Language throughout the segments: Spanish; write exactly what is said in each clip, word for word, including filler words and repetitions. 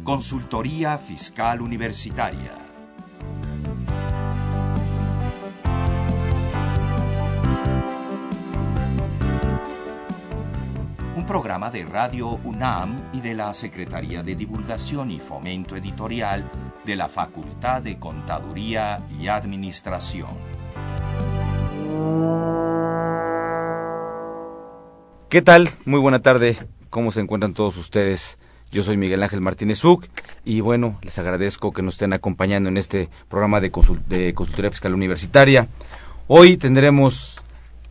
Consultoría Fiscal Universitaria. Un programa de Radio UNAM y de la Secretaría de Divulgación y Fomento Editorial de la Facultad de Contaduría y Administración. ¿Qué tal? Muy buena tarde. ¿Cómo se encuentran todos ustedes? Yo soy Miguel Ángel Martínez Uc y bueno, les agradezco que nos estén acompañando en este programa de, consult de Consultoría Fiscal Universitaria. Hoy tendremos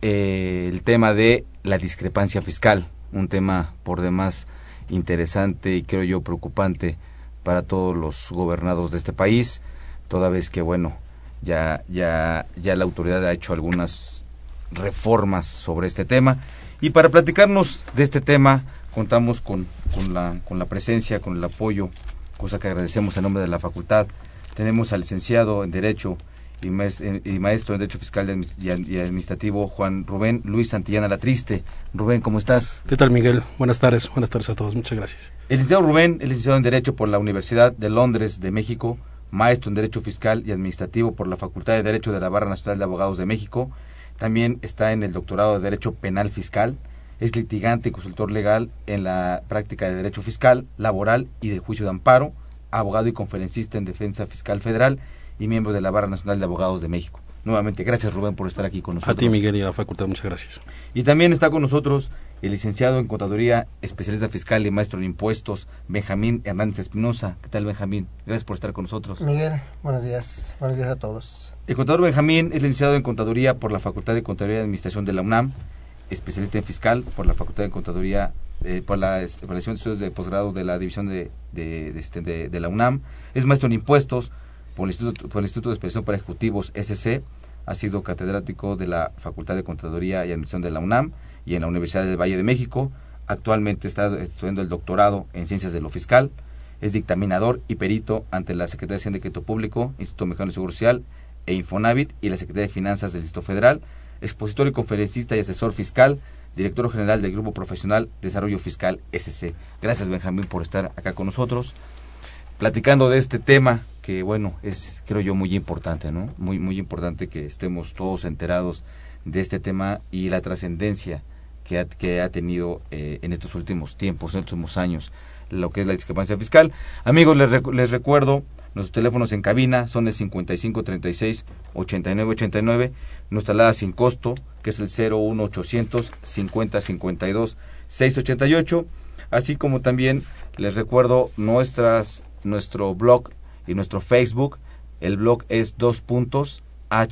eh, el tema de la discrepancia fiscal, un tema por demás interesante y creo yo preocupante para todos los gobernados de este país, toda vez que bueno, ya, ya, ya la autoridad ha hecho algunas reformas sobre este tema. Y para platicarnos de este tema contamos con, con, la, con la presencia, con el apoyo, cosa que agradecemos en nombre de la facultad. Tenemos al licenciado en Derecho y, maes, y maestro en Derecho Fiscal y Administrativo, Juan Rubén Luis Santillana Latriste. Rubén, ¿cómo estás? ¿Qué tal, Miguel? Buenas tardes, buenas tardes a todos, muchas gracias. El licenciado Rubén es licenciado en Derecho por la Universidad de Londres de México, maestro en Derecho Fiscal y Administrativo por la Facultad de Derecho de la Barra Nacional de Abogados de México. También está en el doctorado de Derecho Penal Fiscal. Es litigante y consultor legal en la práctica de Derecho Fiscal, Laboral y del Juicio de Amparo, abogado y conferencista en Defensa Fiscal Federal y miembro de la Barra Nacional de Abogados de México. Nuevamente, gracias Rubén por estar aquí con nosotros. A ti, Miguel, y a la facultad, muchas gracias. Y también está con nosotros el licenciado en Contaduría, especialista fiscal y maestro en impuestos, Benjamín Hernández Espinosa. ¿Qué tal, Benjamín? Gracias por estar con nosotros. Miguel, buenos días. Buenos días a todos. El contador Benjamín es licenciado en Contaduría por la Facultad de Contaduría y Administración de la UNAM, especialista en fiscal por la Facultad de Contaduría, eh, por la Evaluación de Estudios de Posgrado de la División de, de, de, este, de, de la UNAM. Es maestro en impuestos por el Instituto, por el Instituto de Especialización para Ejecutivos, S C. Ha sido catedrático de la Facultad de Contaduría y Administración de la UNAM y en la Universidad del Valle de México. Actualmente está estudiando el doctorado en Ciencias de lo Fiscal. Es dictaminador y perito ante la Secretaría de Hacienda y Crédito Público, Instituto Mexicano de Seguro Social e Infonavit y la Secretaría de Finanzas del Distrito Federal. Expositor y conferencista y asesor fiscal, director general del Grupo Profesional Desarrollo Fiscal S C. Gracias, Benjamín, por estar acá con nosotros, platicando de este tema que, bueno, es, creo yo, muy importante, ¿no? Muy, muy importante que estemos todos enterados de este tema y la trascendencia que ha, que ha tenido eh, en estos últimos tiempos, en estos últimos años, lo que es la discrepancia fiscal. Amigos, les, rec les recuerdo, nuestros teléfonos en cabina son el cincuenta y cinco treinta y seis ochenta y nueve ochenta y nueve, nuestra alada sin costo, que es el cero uno ochocientos cincuenta cincuenta y dos seiscientos ochenta y ocho, así como también les recuerdo nuestras nuestro blog y nuestro Facebook. El blog es dos puntos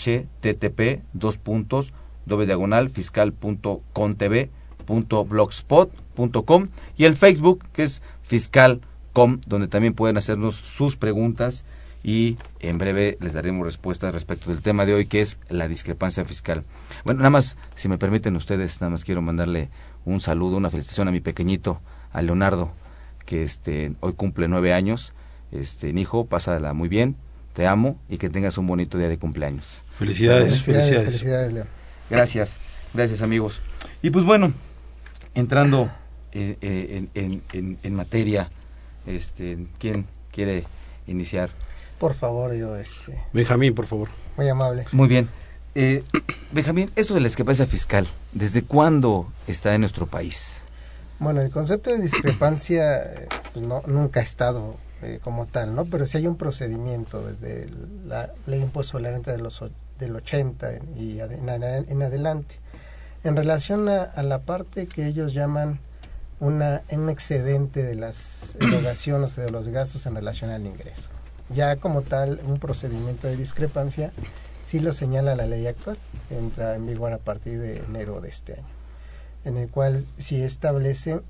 http dos puntos doble diagonal fiscal punto contv punto blogspot punto com y el Facebook, que es fiscal punto com, donde también pueden hacernos sus preguntas y en breve les daremos respuestas respecto del tema de hoy, que es la discrepancia fiscal. Bueno, nada más, si me permiten ustedes, nada más quiero mandarle un saludo, una felicitación a mi pequeñito, a Leonardo, que este hoy cumple nueve años. Este, hijo, pásala muy bien, te amo y que tengas un bonito día de cumpleaños. Felicidades, Felicidades, felicidades. felicidades, Leo. Gracias, gracias amigos. Y pues bueno, entrando eh, eh, en, en, en, en materia, este, ¿quién quiere iniciar? Por favor, yo, este... Benjamín, por favor. Muy amable. Muy bien. Eh, Benjamín, esto de la discrepancia fiscal, ¿desde cuándo está en nuestro país? Bueno, el concepto de discrepancia eh, pues no, nunca ha estado eh, como tal, ¿no? Pero sí hay un procedimiento desde la ley de impuesto a la renta de los, del ochenta y en, en adelante, en relación a, a la parte que ellos llaman una un excedente de las erogaciones o de los gastos en relación al ingreso. Ya como tal, un procedimiento de discrepancia sí lo señala la ley actual, que entra en vigor a partir de enero de este año, en el cual sí establece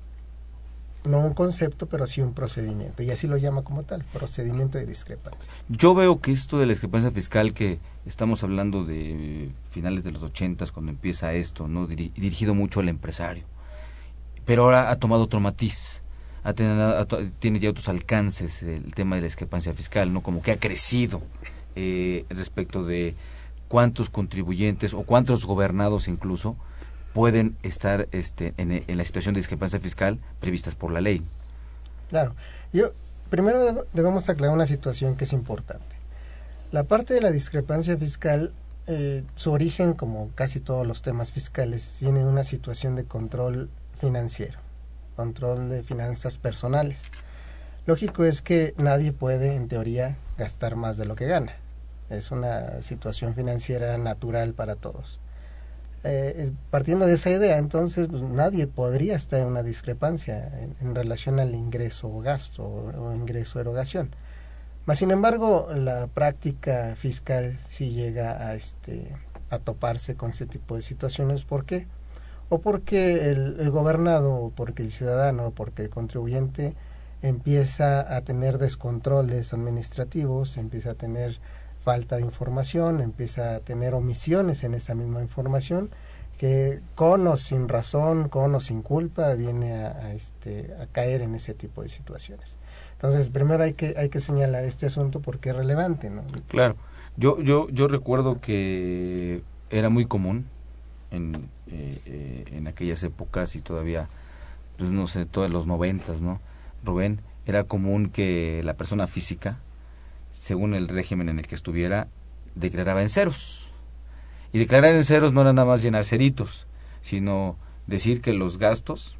no un concepto, pero sí un procedimiento, y así lo llama como tal, procedimiento de discrepancia. Yo veo que esto de la discrepancia fiscal, que estamos hablando de finales de los ochentas, cuando empieza esto, no Diri dirigido mucho al empresario, pero ahora ha tomado otro matiz, ha tenido, ha, tiene ya otros alcances el tema de la discrepancia fiscal, no como que ha crecido eh, respecto de cuántos contribuyentes o cuántos gobernados incluso pueden estar este, en, en la situación de discrepancia fiscal previstas por la ley. Claro, yo primero deb- debemos aclarar una situación que es importante. La parte de la discrepancia fiscal, eh, su origen, como casi todos los temas fiscales, viene de una situación de control financiero, control de finanzas personales. Lógico es que nadie puede, en teoría, gastar más de lo que gana. Es una situación financiera natural para todos. Eh, partiendo de esa idea, entonces, pues, nadie podría estar en una discrepancia en, en relación al ingreso o gasto o, o ingreso erogación. Mas, sin embargo, la práctica fiscal sí llega a, este, a toparse con ese tipo de situaciones. ¿Por qué? O porque el, el gobernado, o porque el ciudadano, o porque el contribuyente empieza a tener descontroles administrativos, empieza a tener falta de información, empieza a tener omisiones en esa misma información, que con o sin razón, con o sin culpa, viene a, a, este, a caer en ese tipo de situaciones. Entonces, primero hay que hay que señalar este asunto porque es relevante, ¿no? Claro. Yo yo yo recuerdo que era muy común en eh, eh, en aquellas épocas y todavía, pues no sé, todos los noventas, ¿no? Rubén, era común que la persona física, según el régimen en el que estuviera, declaraba en ceros. Y declarar en ceros no era nada más llenar ceritos, sino decir que los gastos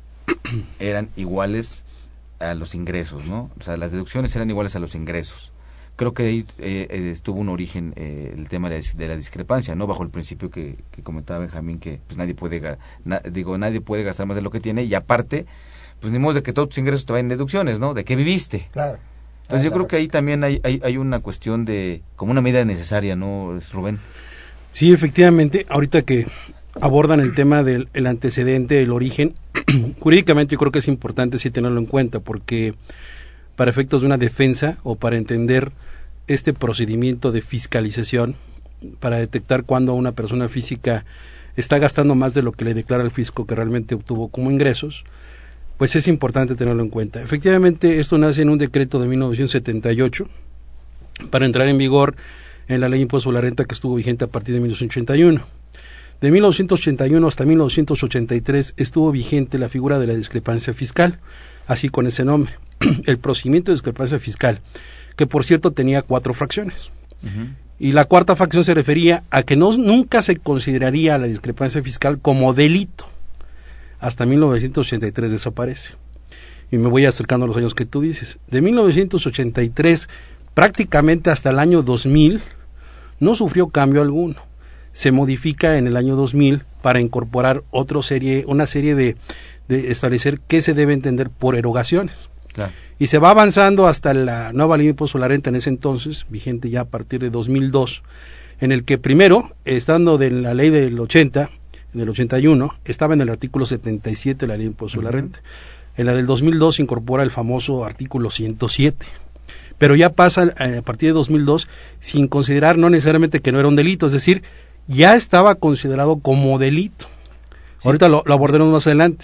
eran iguales a los ingresos, ¿no? O sea, las deducciones eran iguales a los ingresos. Creo que ahí eh, eh, estuvo un origen eh, el tema de, de la discrepancia, ¿no? Bajo el principio que, que comentaba Benjamín, que pues nadie puede na, digo nadie puede gastar más de lo que tiene, y aparte, pues ni modo de que todos tus ingresos te vayan en deducciones, ¿no? ¿De qué viviste? Claro. Entonces yo claro. creo que ahí también hay, hay hay una cuestión de como una medida necesaria, ¿no, Rubén? Sí, efectivamente, ahorita que abordan el tema del el antecedente, el origen, jurídicamente yo creo que es importante sí tenerlo en cuenta, porque para efectos de una defensa o para entender este procedimiento de fiscalización, para detectar cuando una persona física está gastando más de lo que le declara el fisco que realmente obtuvo como ingresos, pues es importante tenerlo en cuenta. Efectivamente, esto nace en un decreto de mil novecientos setenta y ocho para entrar en vigor en la ley de impuesto a la renta que estuvo vigente a partir de mil novecientos ochenta y uno. De mil novecientos ochenta y uno hasta mil novecientos ochenta y tres estuvo vigente la figura de la discrepancia fiscal, así con ese nombre, el procedimiento de discrepancia fiscal, que por cierto tenía cuatro fracciones. Uh-huh. Y la cuarta fracción se refería a que no, nunca se consideraría la discrepancia fiscal como delito. Hasta mil novecientos ochenta y tres desaparece. Y me voy acercando a los años que tú dices. De mil novecientos ochenta y tres prácticamente hasta el año dos mil no sufrió cambio alguno. Se modifica en el año dos mil para incorporar otra serie, una serie de, de establecer qué se debe entender por erogaciones. Claro. Y se va avanzando hasta la nueva ley de impuesto a la renta en ese entonces, vigente ya a partir de dos mil dos, en el que primero, estando de la ley del ochenta, en el ochenta y uno, estaba en el artículo setenta y siete de la ley de impuesto uh-huh. a la renta. En la del dos mil dos se incorpora el famoso artículo ciento siete. Pero ya pasa eh, a partir de dos mil dos sin considerar no necesariamente que no era un delito, es decir, ya estaba considerado como delito. Sí. Ahorita lo, lo abordaremos más adelante.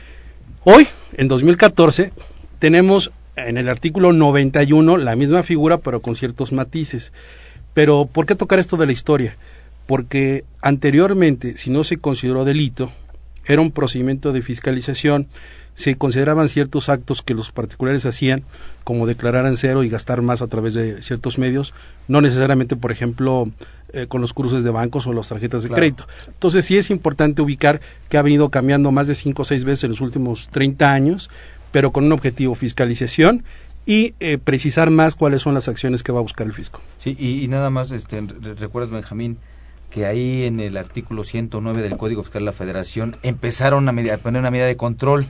Hoy, en dos mil catorce, tenemos en el artículo noventa y uno la misma figura, pero con ciertos matices. Pero, ¿por qué tocar esto de la historia? Porque anteriormente, si no se consideró delito, era un procedimiento de fiscalización, se consideraban ciertos actos que los particulares hacían, como declarar en cero y gastar más a través de ciertos medios, no necesariamente, por ejemplo, eh, con los cruces de bancos o las tarjetas de claro. crédito. Entonces sí es importante ubicar que ha venido cambiando más de cinco o seis veces en los últimos treinta años, pero con un objetivo, fiscalización y eh, precisar más cuáles son las acciones que va a buscar el fisco. Sí, y, y nada más, este, recuerdas, Benjamín, que ahí en el artículo ciento nueve del Código Fiscal de la Federación empezaron a, media, a poner una medida de control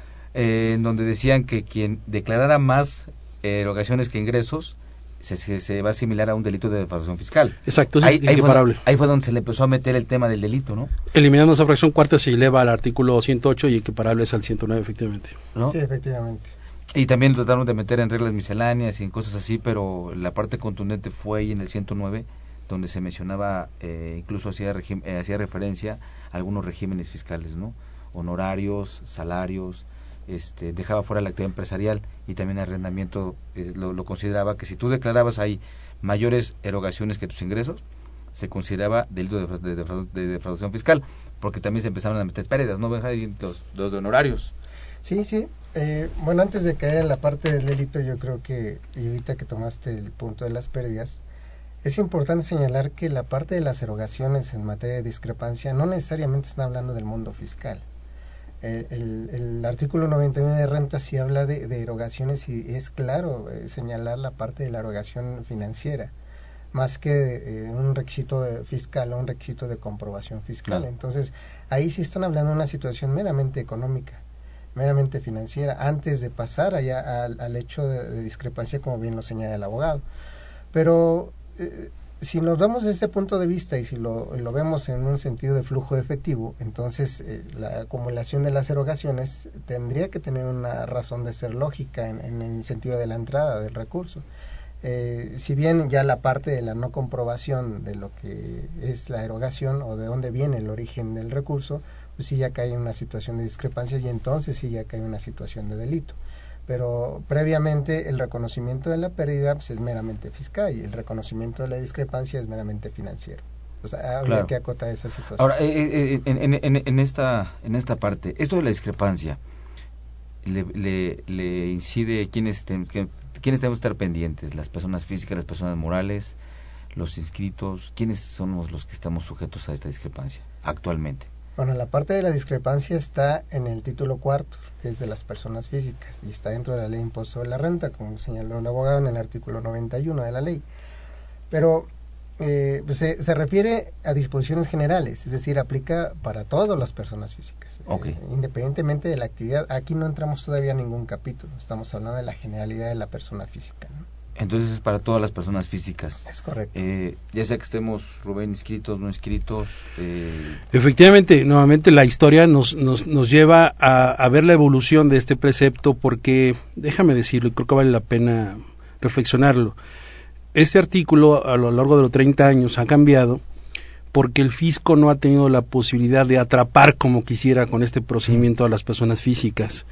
eh, en donde decían que quien declarara más erogaciones que ingresos se, se, se va a asimilar a un delito de defraudación fiscal. Exacto, es ahí, equiparable. Ahí fue, ahí fue donde se le empezó a meter el tema del delito, ¿no? Eliminando esa fracción cuarta se eleva al artículo ciento ocho y equiparable es al ciento nueve, efectivamente. ¿No? Sí, efectivamente. Y también trataron de meter en reglas misceláneas y en cosas así, pero la parte contundente fue ahí en el ciento nueve, donde se mencionaba, eh, incluso hacía, regim- eh, hacía referencia a algunos regímenes fiscales, ¿no? Honorarios, salarios, este, dejaba fuera la actividad empresarial y también el arrendamiento eh, lo, lo consideraba que si tú declarabas ahí mayores erogaciones que tus ingresos, se consideraba delito de, de, de, de defraudación fiscal, porque también se empezaron a meter pérdidas, ¿no? Los, los de honorarios. Sí, sí. Eh, bueno, antes de caer en la parte del delito, yo creo que, y ahorita que tomaste el punto de las pérdidas, es importante señalar que la parte de las erogaciones en materia de discrepancia no necesariamente está hablando del mundo fiscal. El, el, el artículo noventa y uno de renta sí habla de, de erogaciones y es claro eh, señalar la parte de la erogación financiera, más que eh, un requisito de fiscal o un requisito de comprobación fiscal. Claro. Entonces, ahí sí están hablando de una situación meramente económica, meramente financiera, antes de pasar allá al, al hecho de, de discrepancia, como bien lo señala el abogado. Pero eh, si nos damos desde ese punto de vista y si lo, lo vemos en un sentido de flujo efectivo, entonces eh, la acumulación de las erogaciones tendría que tener una razón de ser lógica en, en el sentido de la entrada del recurso. Eh, si bien ya la parte de la no comprobación de lo que es la erogación o de dónde viene el origen del recurso, pues sí ya cae en una situación de discrepancia y entonces sí ya cae en una situación de delito. Pero previamente el reconocimiento de la pérdida pues es meramente fiscal y el reconocimiento de la discrepancia es meramente financiero. O sea, habría claro. que acotar esa situación. Ahora, eh, eh, en, en, en, esta, en esta parte, esto de la discrepancia, le, le, le incide quiénes, ten, que, quiénes tenemos que estar pendientes, las personas físicas, las personas morales, los inscritos, quiénes somos los que estamos sujetos a esta discrepancia actualmente. Bueno, la parte de la discrepancia está en el título cuarto, que es de las personas físicas, y está dentro de la ley de impuesto sobre la renta, como señaló el abogado en el artículo noventa y uno de la ley. Pero eh, pues se, se refiere a disposiciones generales, es decir, aplica para todas las personas físicas, okay. eh, independientemente de la actividad. Aquí no entramos todavía a ningún capítulo, estamos hablando de la generalidad de la persona física, ¿no? Entonces es para todas las personas físicas. Es correcto. Eh, ya sea que estemos, Rubén, inscritos, no inscritos. Eh... Efectivamente, nuevamente la historia nos, nos, nos lleva a, a ver la evolución de este precepto porque, déjame decirlo, y creo que vale la pena reflexionarlo. Este artículo a lo largo de los treinta años ha cambiado porque el fisco no ha tenido la posibilidad de atrapar como quisiera con este procedimiento a las personas físicas.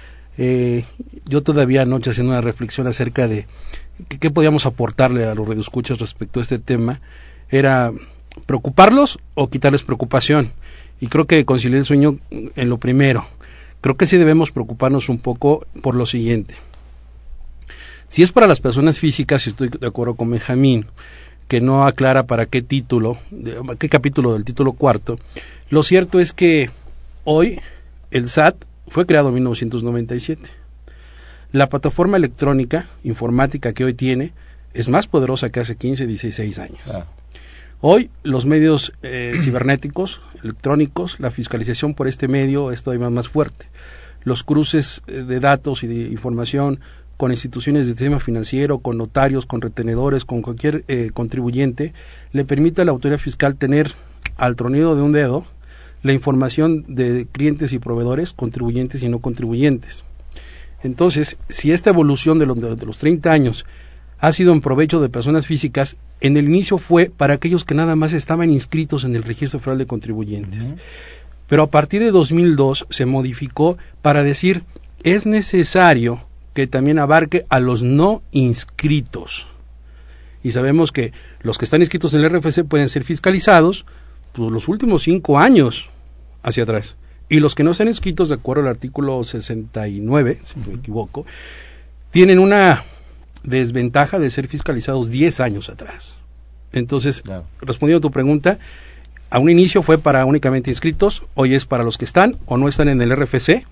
Eh, yo todavía anoche haciendo una reflexión acerca de qué, qué podíamos aportarle a los radioescuchas respecto a este tema, era preocuparlos o quitarles preocupación, y creo que concilié el sueño en lo primero. Creo que sí debemos preocuparnos un poco por lo siguiente: si es para las personas físicas, y estoy de acuerdo con Benjamín, que no aclara para qué título, de, qué capítulo del título cuarto, lo cierto es que hoy el S A T fue creado en mil novecientos noventa y siete. La plataforma electrónica, informática que hoy tiene, es más poderosa que hace quince, dieciséis años. Ah. Hoy los medios eh, cibernéticos, electrónicos, la fiscalización por este medio es todavía más fuerte. Los cruces de datos y de información con instituciones del sistema financiero, con notarios, con retenedores, con cualquier eh, contribuyente, le permite a la autoridad fiscal tener al tronido de un dedo la información de clientes y proveedores, contribuyentes y no contribuyentes. Entonces, si esta evolución de los, de los treinta años ha sido en provecho de personas físicas, en el inicio fue para aquellos que nada más estaban inscritos en el Registro Federal de Contribuyentes. Uh-huh. Pero a partir de dos mil dos se modificó para decir, es necesario que también abarque a los no inscritos. Y sabemos que los que están inscritos en el R F C pueden ser fiscalizados pues, los últimos cinco años hacia atrás. Y los que no están inscritos, de acuerdo al artículo sesenta y nueve, si no me equivoco, tienen una desventaja de ser fiscalizados diez años atrás. Entonces, claro. Respondiendo a tu pregunta, a un inicio fue para únicamente inscritos, hoy es para los que están o no están en el R F C,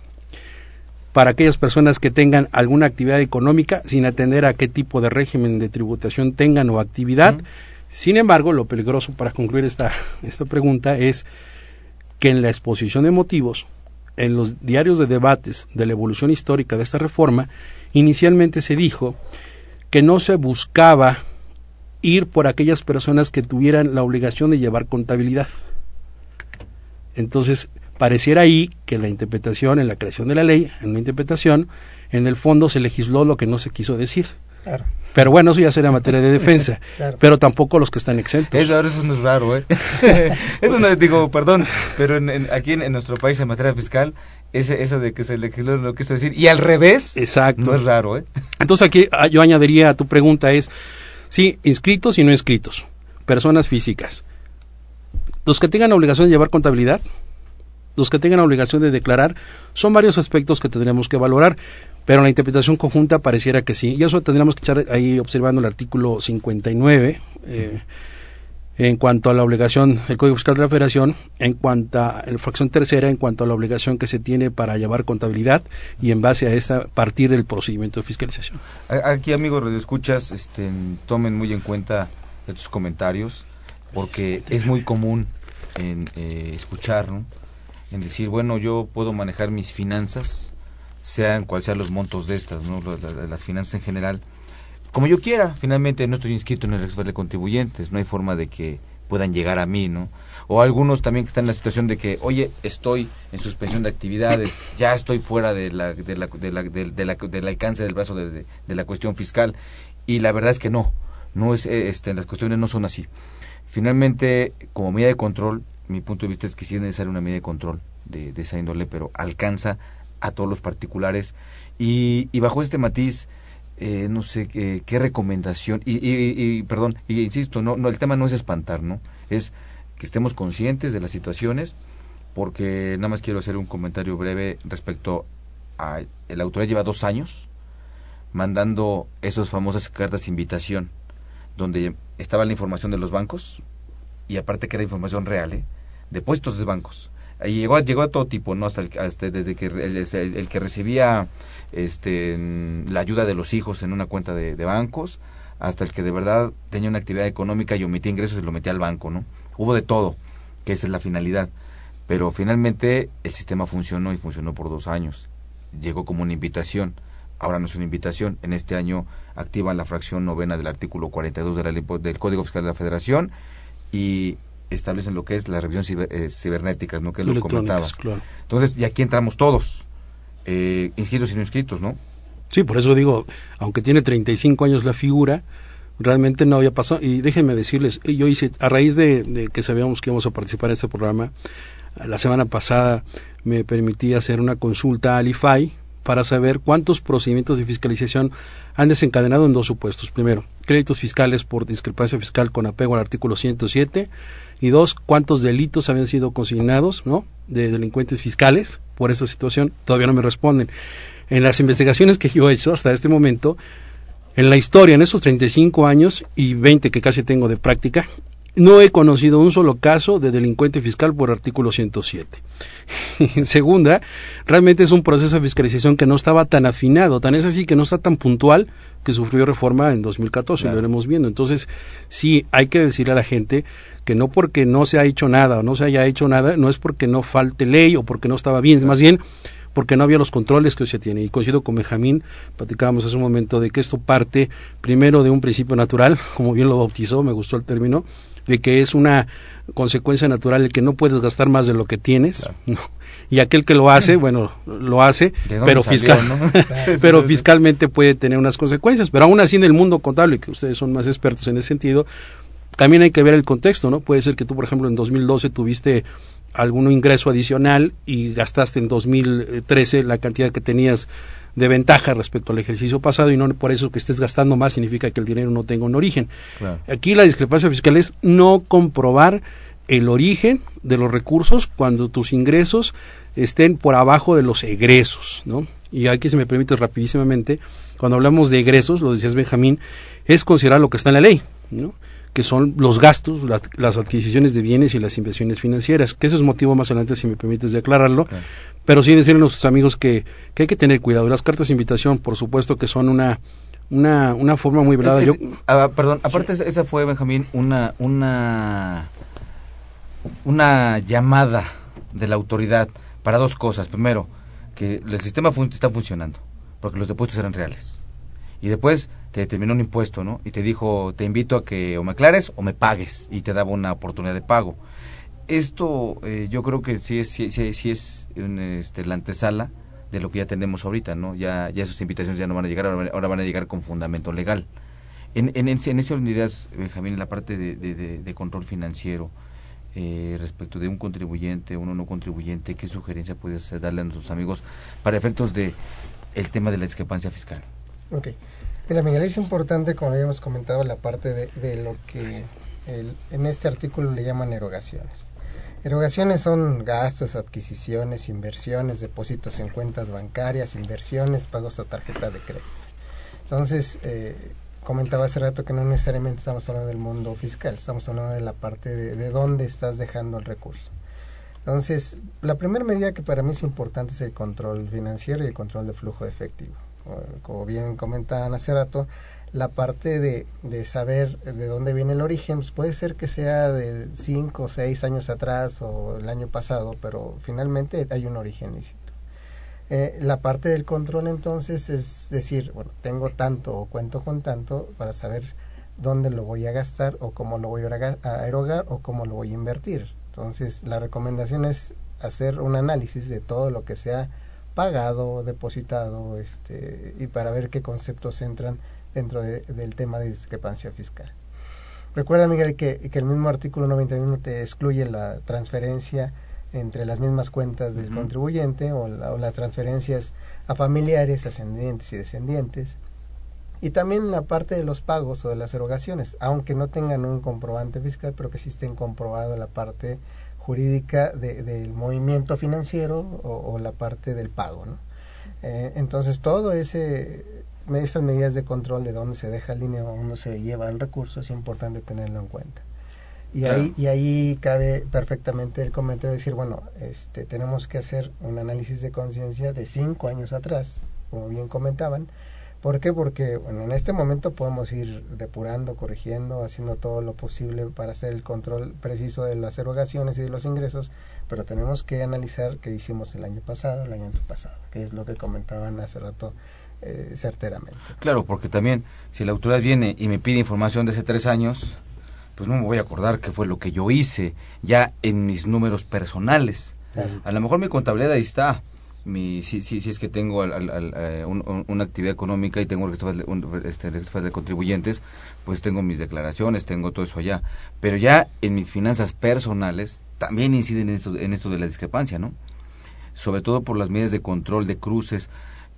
para aquellas personas que tengan alguna actividad económica, sin atender a qué tipo de régimen de tributación tengan o actividad. Uh-huh. Sin embargo, lo peligroso para concluir esta, esta pregunta es que en la exposición de motivos, en los diarios de debates de la evolución histórica de esta reforma, inicialmente se dijo que no se buscaba ir por aquellas personas que tuvieran la obligación de llevar contabilidad. Entonces, pareciera ahí que la interpretación, en la creación de la ley, en una interpretación, en el fondo se legisló lo que no se quiso decir. Claro. Pero bueno, eso ya sería materia de defensa, claro. Pero tampoco los que están exentos. Eso, eso no es raro, ¿eh? Eso no, digo, perdón, pero en, en, aquí en, en nuestro país en materia fiscal, ese, eso de que se legisló lo quiso decir, y al revés, exacto, no es raro, ¿eh? Entonces aquí yo añadiría a tu pregunta es, sí, inscritos y no inscritos, personas físicas. Los que tengan obligación de llevar contabilidad, los que tengan la obligación de declarar, son varios aspectos que tendremos que valorar, pero en la interpretación conjunta pareciera que sí. Y eso tendríamos que echar ahí observando el artículo cincuenta y nueve, eh, en cuanto a la obligación del Código Fiscal de la Federación, en cuanto a la fracción tercera, en cuanto a la obligación que se tiene para llevar contabilidad y en base a esta partir del procedimiento de fiscalización. Aquí, amigos radioescuchas, este, tomen muy en cuenta estos comentarios, porque es muy común en eh, escuchar, ¿no? En decir, bueno, yo puedo manejar mis finanzas, sean cuales sean los montos de estas, ¿no? Las, las finanzas en general, como yo quiera. Finalmente no estoy inscrito en el registro de contribuyentes, no hay forma de que puedan llegar a mí, ¿no? O algunos también que están en la situación de que, oye, estoy en suspensión de actividades, ya estoy fuera de la, de la, de la, de, de la, del alcance del brazo de, de, de la cuestión fiscal, y la verdad es que no, no es, este, las cuestiones no son así. Finalmente, como medida de control, mi punto de vista es que sí es necesaria una medida de control de, de esa índole, pero alcanza a todos los particulares, y, y bajo este matiz, Eh, no sé eh, qué recomendación y, y, y perdón y insisto, no no el tema no es espantar, no es que estemos conscientes de las situaciones, porque nada más quiero hacer un comentario breve respecto a la autoridad. Lleva dos años mandando esas famosas cartas de invitación donde estaba la información de los bancos, y aparte que era información real, ¿eh? Depósitos de bancos. Ahí llegó, llegó a todo tipo, ¿no? Hasta, el, hasta desde que el, el, el que recibía este la ayuda de los hijos en una cuenta de, de bancos, hasta el que de verdad tenía una actividad económica y omitía ingresos y lo metía al banco, ¿no? Hubo de todo, que esa es la finalidad. Pero finalmente el sistema funcionó, y funcionó por dos años. Llegó como una invitación. Ahora no es una invitación. En este año activan la fracción novena del artículo cuarenta y dos de la ley, del Código Fiscal de la Federación, y establecen lo que es la revisión ciber, eh, cibernéticas, ¿no? Que es lo que comentabas. Claro. Entonces, y aquí entramos todos, eh, inscritos y no inscritos, ¿no? Sí, por eso digo, aunque tiene treinta y cinco años la figura, realmente no había pasado. Y déjenme decirles, yo hice, a raíz de, de que sabíamos que íbamos a participar en este programa, la semana pasada me permití hacer una consulta al I F A I para saber cuántos procedimientos de fiscalización han desencadenado en dos supuestos. Primero, créditos fiscales por discrepancia fiscal con apego al artículo ciento siete, y dos, cuántos delitos habían sido consignados, ¿no?, de delincuentes fiscales por esa situación. Todavía no me responden. En las investigaciones que yo he hecho hasta este momento, en la historia, en esos treinta y cinco años y veinte que casi tengo de práctica, no he conocido un solo caso de delincuente fiscal por artículo ciento siete. En segunda, realmente es un proceso de fiscalización que no estaba tan afinado, tan es así que no está tan puntual, que sufrió reforma en dos mil catorce, claro. Lo iremos viendo. Entonces, sí, hay que decirle a la gente que no porque no se ha hecho nada o no se haya hecho nada, no es porque no falte ley o porque no estaba bien, claro. Más bien porque no había los controles que hoy se tiene. Y coincido con Benjamín, platicábamos hace un momento de que esto parte primero de un principio natural, como bien lo bautizó, me gustó el término, de que es una consecuencia natural el que no puedes gastar más de lo que tienes, claro. ¿No? Y aquel que lo hace, bueno, lo hace, pero salió, fiscal, ¿no? pero fiscalmente puede tener unas consecuencias. Pero aún así en el mundo contable, que ustedes son más expertos en ese sentido, también hay que ver el contexto, ¿no? Puede ser que tú, por ejemplo, en dos mil doce tuviste algún ingreso adicional y gastaste en dos mil trece la cantidad que tenías de ventaja respecto al ejercicio pasado, y no por eso que estés gastando más significa que el dinero no tenga un origen. Claro. Aquí la discrepancia fiscal es no comprobar el origen de los recursos cuando tus ingresos estén por abajo de los egresos, ¿no? Y aquí, se me permite rapidísimamente, cuando hablamos de egresos, lo decías Benjamín, es considerar lo que está en la ley, ¿no?, que son los gastos, las, las adquisiciones de bienes y las inversiones financieras, que eso es motivo más adelante, si me permites, de aclararlo, okay. Pero sí decirle a nuestros amigos que, que hay que tener cuidado. Las cartas de invitación, por supuesto que son una una, una forma muy velada. Es, es, Yo, ah, perdón, aparte sí. Esa fue, Benjamín, una una una llamada de la autoridad para dos cosas. Primero, que el sistema fun- está funcionando, porque los depósitos eran reales. Y después te determinó un impuesto, ¿no? Y te dijo, te invito a que o me aclares o me pagues, y te daba una oportunidad de pago. Esto eh, yo creo que sí es, sí, sí, sí es un, este, la antesala de lo que ya tenemos ahorita, ¿no? Ya ya esas invitaciones ya no van a llegar, ahora van a llegar con fundamento legal. En, en, en, en esas unidades, Benjamín, en la parte de, de, de, de control financiero, eh, respecto de un contribuyente, uno no contribuyente, ¿qué sugerencia puedes darle a nuestros amigos para efectos de el tema de la discrepancia fiscal? Ok. Mira, Miguel, es importante, como habíamos comentado, la parte de, de lo que el, en este artículo le llaman erogaciones. Erogaciones son gastos, adquisiciones, inversiones, depósitos en cuentas bancarias, inversiones, pagos a tarjeta de crédito. Entonces, eh, comentaba hace rato que no necesariamente estamos hablando del mundo fiscal, estamos hablando de la parte de, de dónde estás dejando el recurso. Entonces, la primera medida que para mí es importante es el control financiero y el control de flujo de efectivo. Como bien comentaban hace rato, la parte de, de saber de dónde viene el origen, pues puede ser que sea de cinco o seis años atrás o el año pasado, pero finalmente hay un origen lícito. Eh, la parte del control entonces es decir, bueno, tengo tanto o cuento con tanto para saber dónde lo voy a gastar o cómo lo voy a erogar o cómo lo voy a invertir. Entonces, la recomendación es hacer un análisis de todo lo que se ha pagado, depositado, este, y para ver qué conceptos entran dentro de, del tema de discrepancia fiscal. Recuerda, Miguel, que, que el mismo artículo noventa y uno te excluye la transferencia entre las mismas cuentas del uh-huh. contribuyente o, la, o las transferencias a familiares, ascendientes y descendientes. Y también la parte de los pagos o de las erogaciones, aunque no tengan un comprobante fiscal, pero que sí estén comprobado la parte jurídica de, del movimiento financiero o, o la parte del pago, ¿no? Eh, entonces, todo ese esas medidas de control de dónde se deja el dinero, dónde se lleva el recurso, es importante tenerlo en cuenta. Y claro. ahí y ahí cabe perfectamente el comentario de decir, bueno, este tenemos que hacer un análisis de conciencia de cinco años atrás, como bien comentaban. ¿Por qué? Porque bueno, en este momento podemos ir depurando, corrigiendo, haciendo todo lo posible para hacer el control preciso de las erogaciones y de los ingresos, pero tenemos que analizar qué hicimos el año pasado, el año antepasado, que es lo que comentaban hace rato eh, certeramente. Claro, porque también si la autoridad viene y me pide información de hace tres años, pues no me voy a acordar qué fue lo que yo hice ya en mis números personales. Claro. A lo mejor mi contabilidad ahí está. Mi, si, si, si es que tengo al, al, al, eh, un, un, una actividad económica y tengo el registro, un, este, el registro de contribuyentes, pues tengo mis declaraciones, tengo todo eso allá. Pero ya en mis finanzas personales también inciden en esto, en esto de la discrepancia, ¿no? Sobre todo por las medidas de control de cruces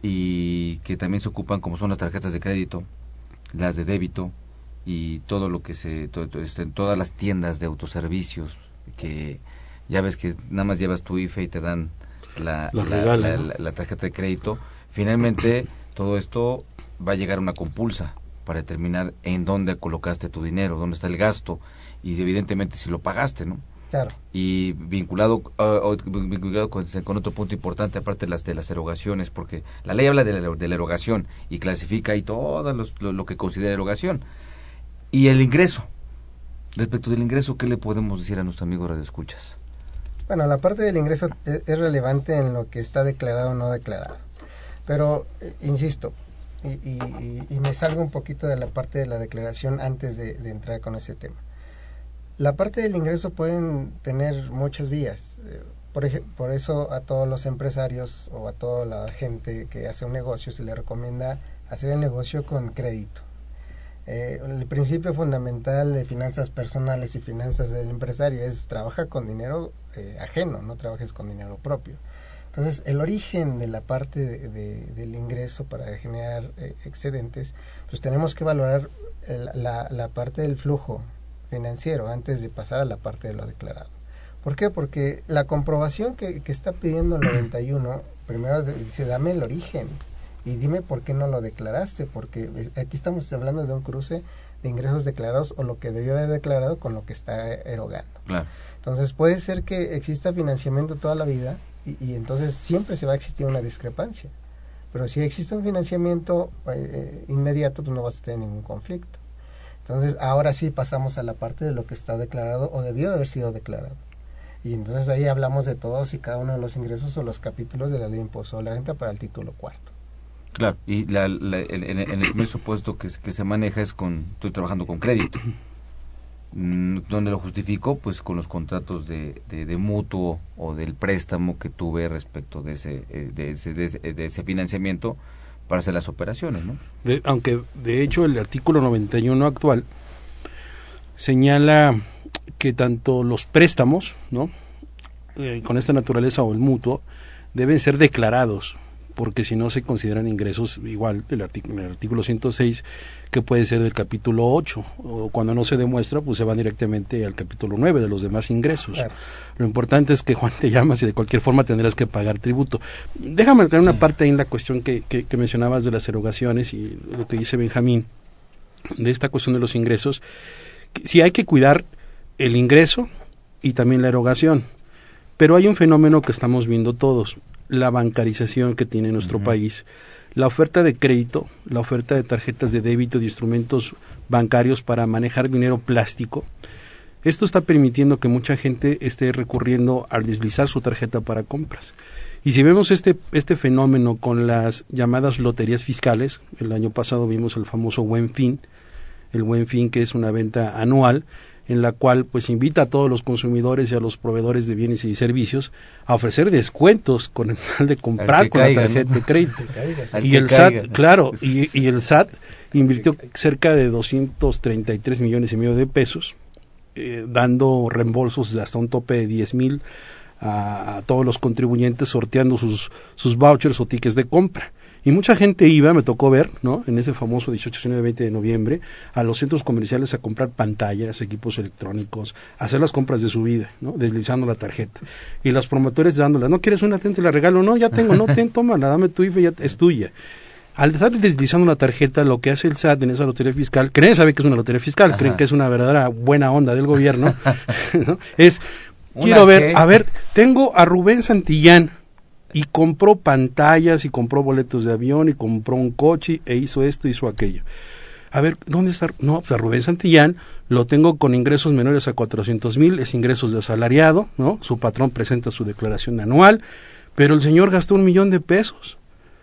y que también se ocupan, como son las tarjetas de crédito, las de débito y todo lo que se, todo, todo, este, todas las tiendas de autoservicios que ya ves que nada más llevas tu I F E y te dan La, la, regala, la, ¿no? la, la tarjeta de crédito. Finalmente todo esto va a llegar a una compulsa para determinar en dónde colocaste tu dinero, dónde está el gasto y evidentemente si lo pagaste, ¿no? Claro. Y vinculado uh, vinculado con, con otro punto importante aparte de las de las erogaciones, porque la ley habla de la, de la erogación y clasifica ahí todo los, lo, lo que considera erogación y el ingreso. Respecto del ingreso, ¿qué le podemos decir a nuestros amigos radioescuchas? Bueno, la parte del ingreso es, es relevante en lo que está declarado o no declarado. Pero, eh, insisto, y, y, y me salgo un poquito de la parte de la declaración antes de, de entrar con ese tema. La parte del ingreso pueden tener muchas vías. Eh, por, ej- por eso a todos los empresarios o a toda la gente que hace un negocio se le recomienda hacer el negocio con crédito. Eh, el principio fundamental de finanzas personales y finanzas del empresario es trabaja con dinero eh, ajeno, no trabajes con dinero propio. Entonces, el origen de la parte de, de, del ingreso para generar eh, excedentes, pues tenemos que valorar el, la, la parte del flujo financiero antes de pasar a la parte de lo declarado. ¿Por qué? Porque la comprobación que, que está pidiendo el noventa y uno, primero dice, dame el origen. Y dime por qué no lo declaraste, porque aquí estamos hablando de un cruce de ingresos declarados o lo que debió haber declarado con lo que está erogando. Claro. Entonces puede ser que exista financiamiento toda la vida y, y entonces siempre se va a existir una discrepancia. Pero si existe un financiamiento eh, inmediato, pues no vas a tener ningún conflicto. Entonces ahora sí pasamos a la parte de lo que está declarado o debió de haber sido declarado. Y entonces ahí hablamos de todos y cada uno de los ingresos o los capítulos de la ley de impuesto a la renta para el título cuarto. Claro, y la, la, en, en el primer supuesto que, que se maneja es con, estoy trabajando con crédito. ¿Dónde lo justifico? Pues con los contratos de, de, de mutuo o del préstamo que tuve respecto de ese, de ese, de ese, de ese financiamiento para hacer las operaciones, ¿no? De, aunque de hecho el artículo noventa y uno actual señala que tanto los préstamos, ¿no? Eh, con esta naturaleza o el mutuo deben ser declarados porque si no se consideran ingresos igual del artículo, el artículo ciento seis, que puede ser del capítulo ocho, o cuando no se demuestra, pues se van directamente al capítulo nueve de los demás ingresos. Claro. Lo importante es que, Juan, te llamas y de cualquier forma tendrás que pagar tributo. Déjame aclarar una parte ahí en la cuestión que, que, que mencionabas de las erogaciones y lo que dice Benjamín, de esta cuestión de los ingresos. Sí hay que cuidar el ingreso y también la erogación, pero hay un fenómeno que estamos viendo todos, la bancarización que tiene nuestro uh-huh. país, la oferta de crédito, la oferta de tarjetas de débito, de instrumentos bancarios para manejar dinero plástico. Esto está permitiendo que mucha gente esté recurriendo a deslizar su tarjeta para compras. Y si vemos este este fenómeno con las llamadas loterías fiscales, el año pasado vimos el famoso Buen Fin, el Buen Fin, que es una venta anual en la cual pues invita a todos los consumidores y a los proveedores de bienes y servicios a ofrecer descuentos con el tal de comprar con caiga, la tarjeta ¿no? de crédito. Y el caiga. S A T, claro, y, y el S A T invirtió cerca de doscientos treinta y tres millones y medio de pesos, eh, dando reembolsos de hasta un tope de diez mil a, a todos los contribuyentes, sorteando sus, sus vouchers o tickets de compra. Y mucha gente iba, me tocó ver, ¿no? En ese famoso dieciocho, diecinueve, veinte de noviembre, a los centros comerciales a comprar pantallas, equipos electrónicos, a hacer las compras de su vida, ¿no? Deslizando la tarjeta. Y los promotores dándola, ¿no quieres una? Ten, te la regalo. No, ya tengo, no, ten, tómala, dame tu I F E, ya es tuya. Al estar deslizando la tarjeta, lo que hace el S A T en esa lotería fiscal, que nadie sabe que es una lotería fiscal, Ajá. creen que es una verdadera buena onda del gobierno, ¿no? Es, quiero ver, qué? a ver, tengo a Rubén Santillán, y compró pantallas, y compró boletos de avión, y compró un coche, e hizo esto, hizo aquello. A ver, ¿dónde está? No, pues a Rubén Santillán lo tengo con ingresos menores a cuatrocientos mil, es ingresos de asalariado, ¿no? Su patrón presenta su declaración anual, pero el señor gastó un millón de pesos.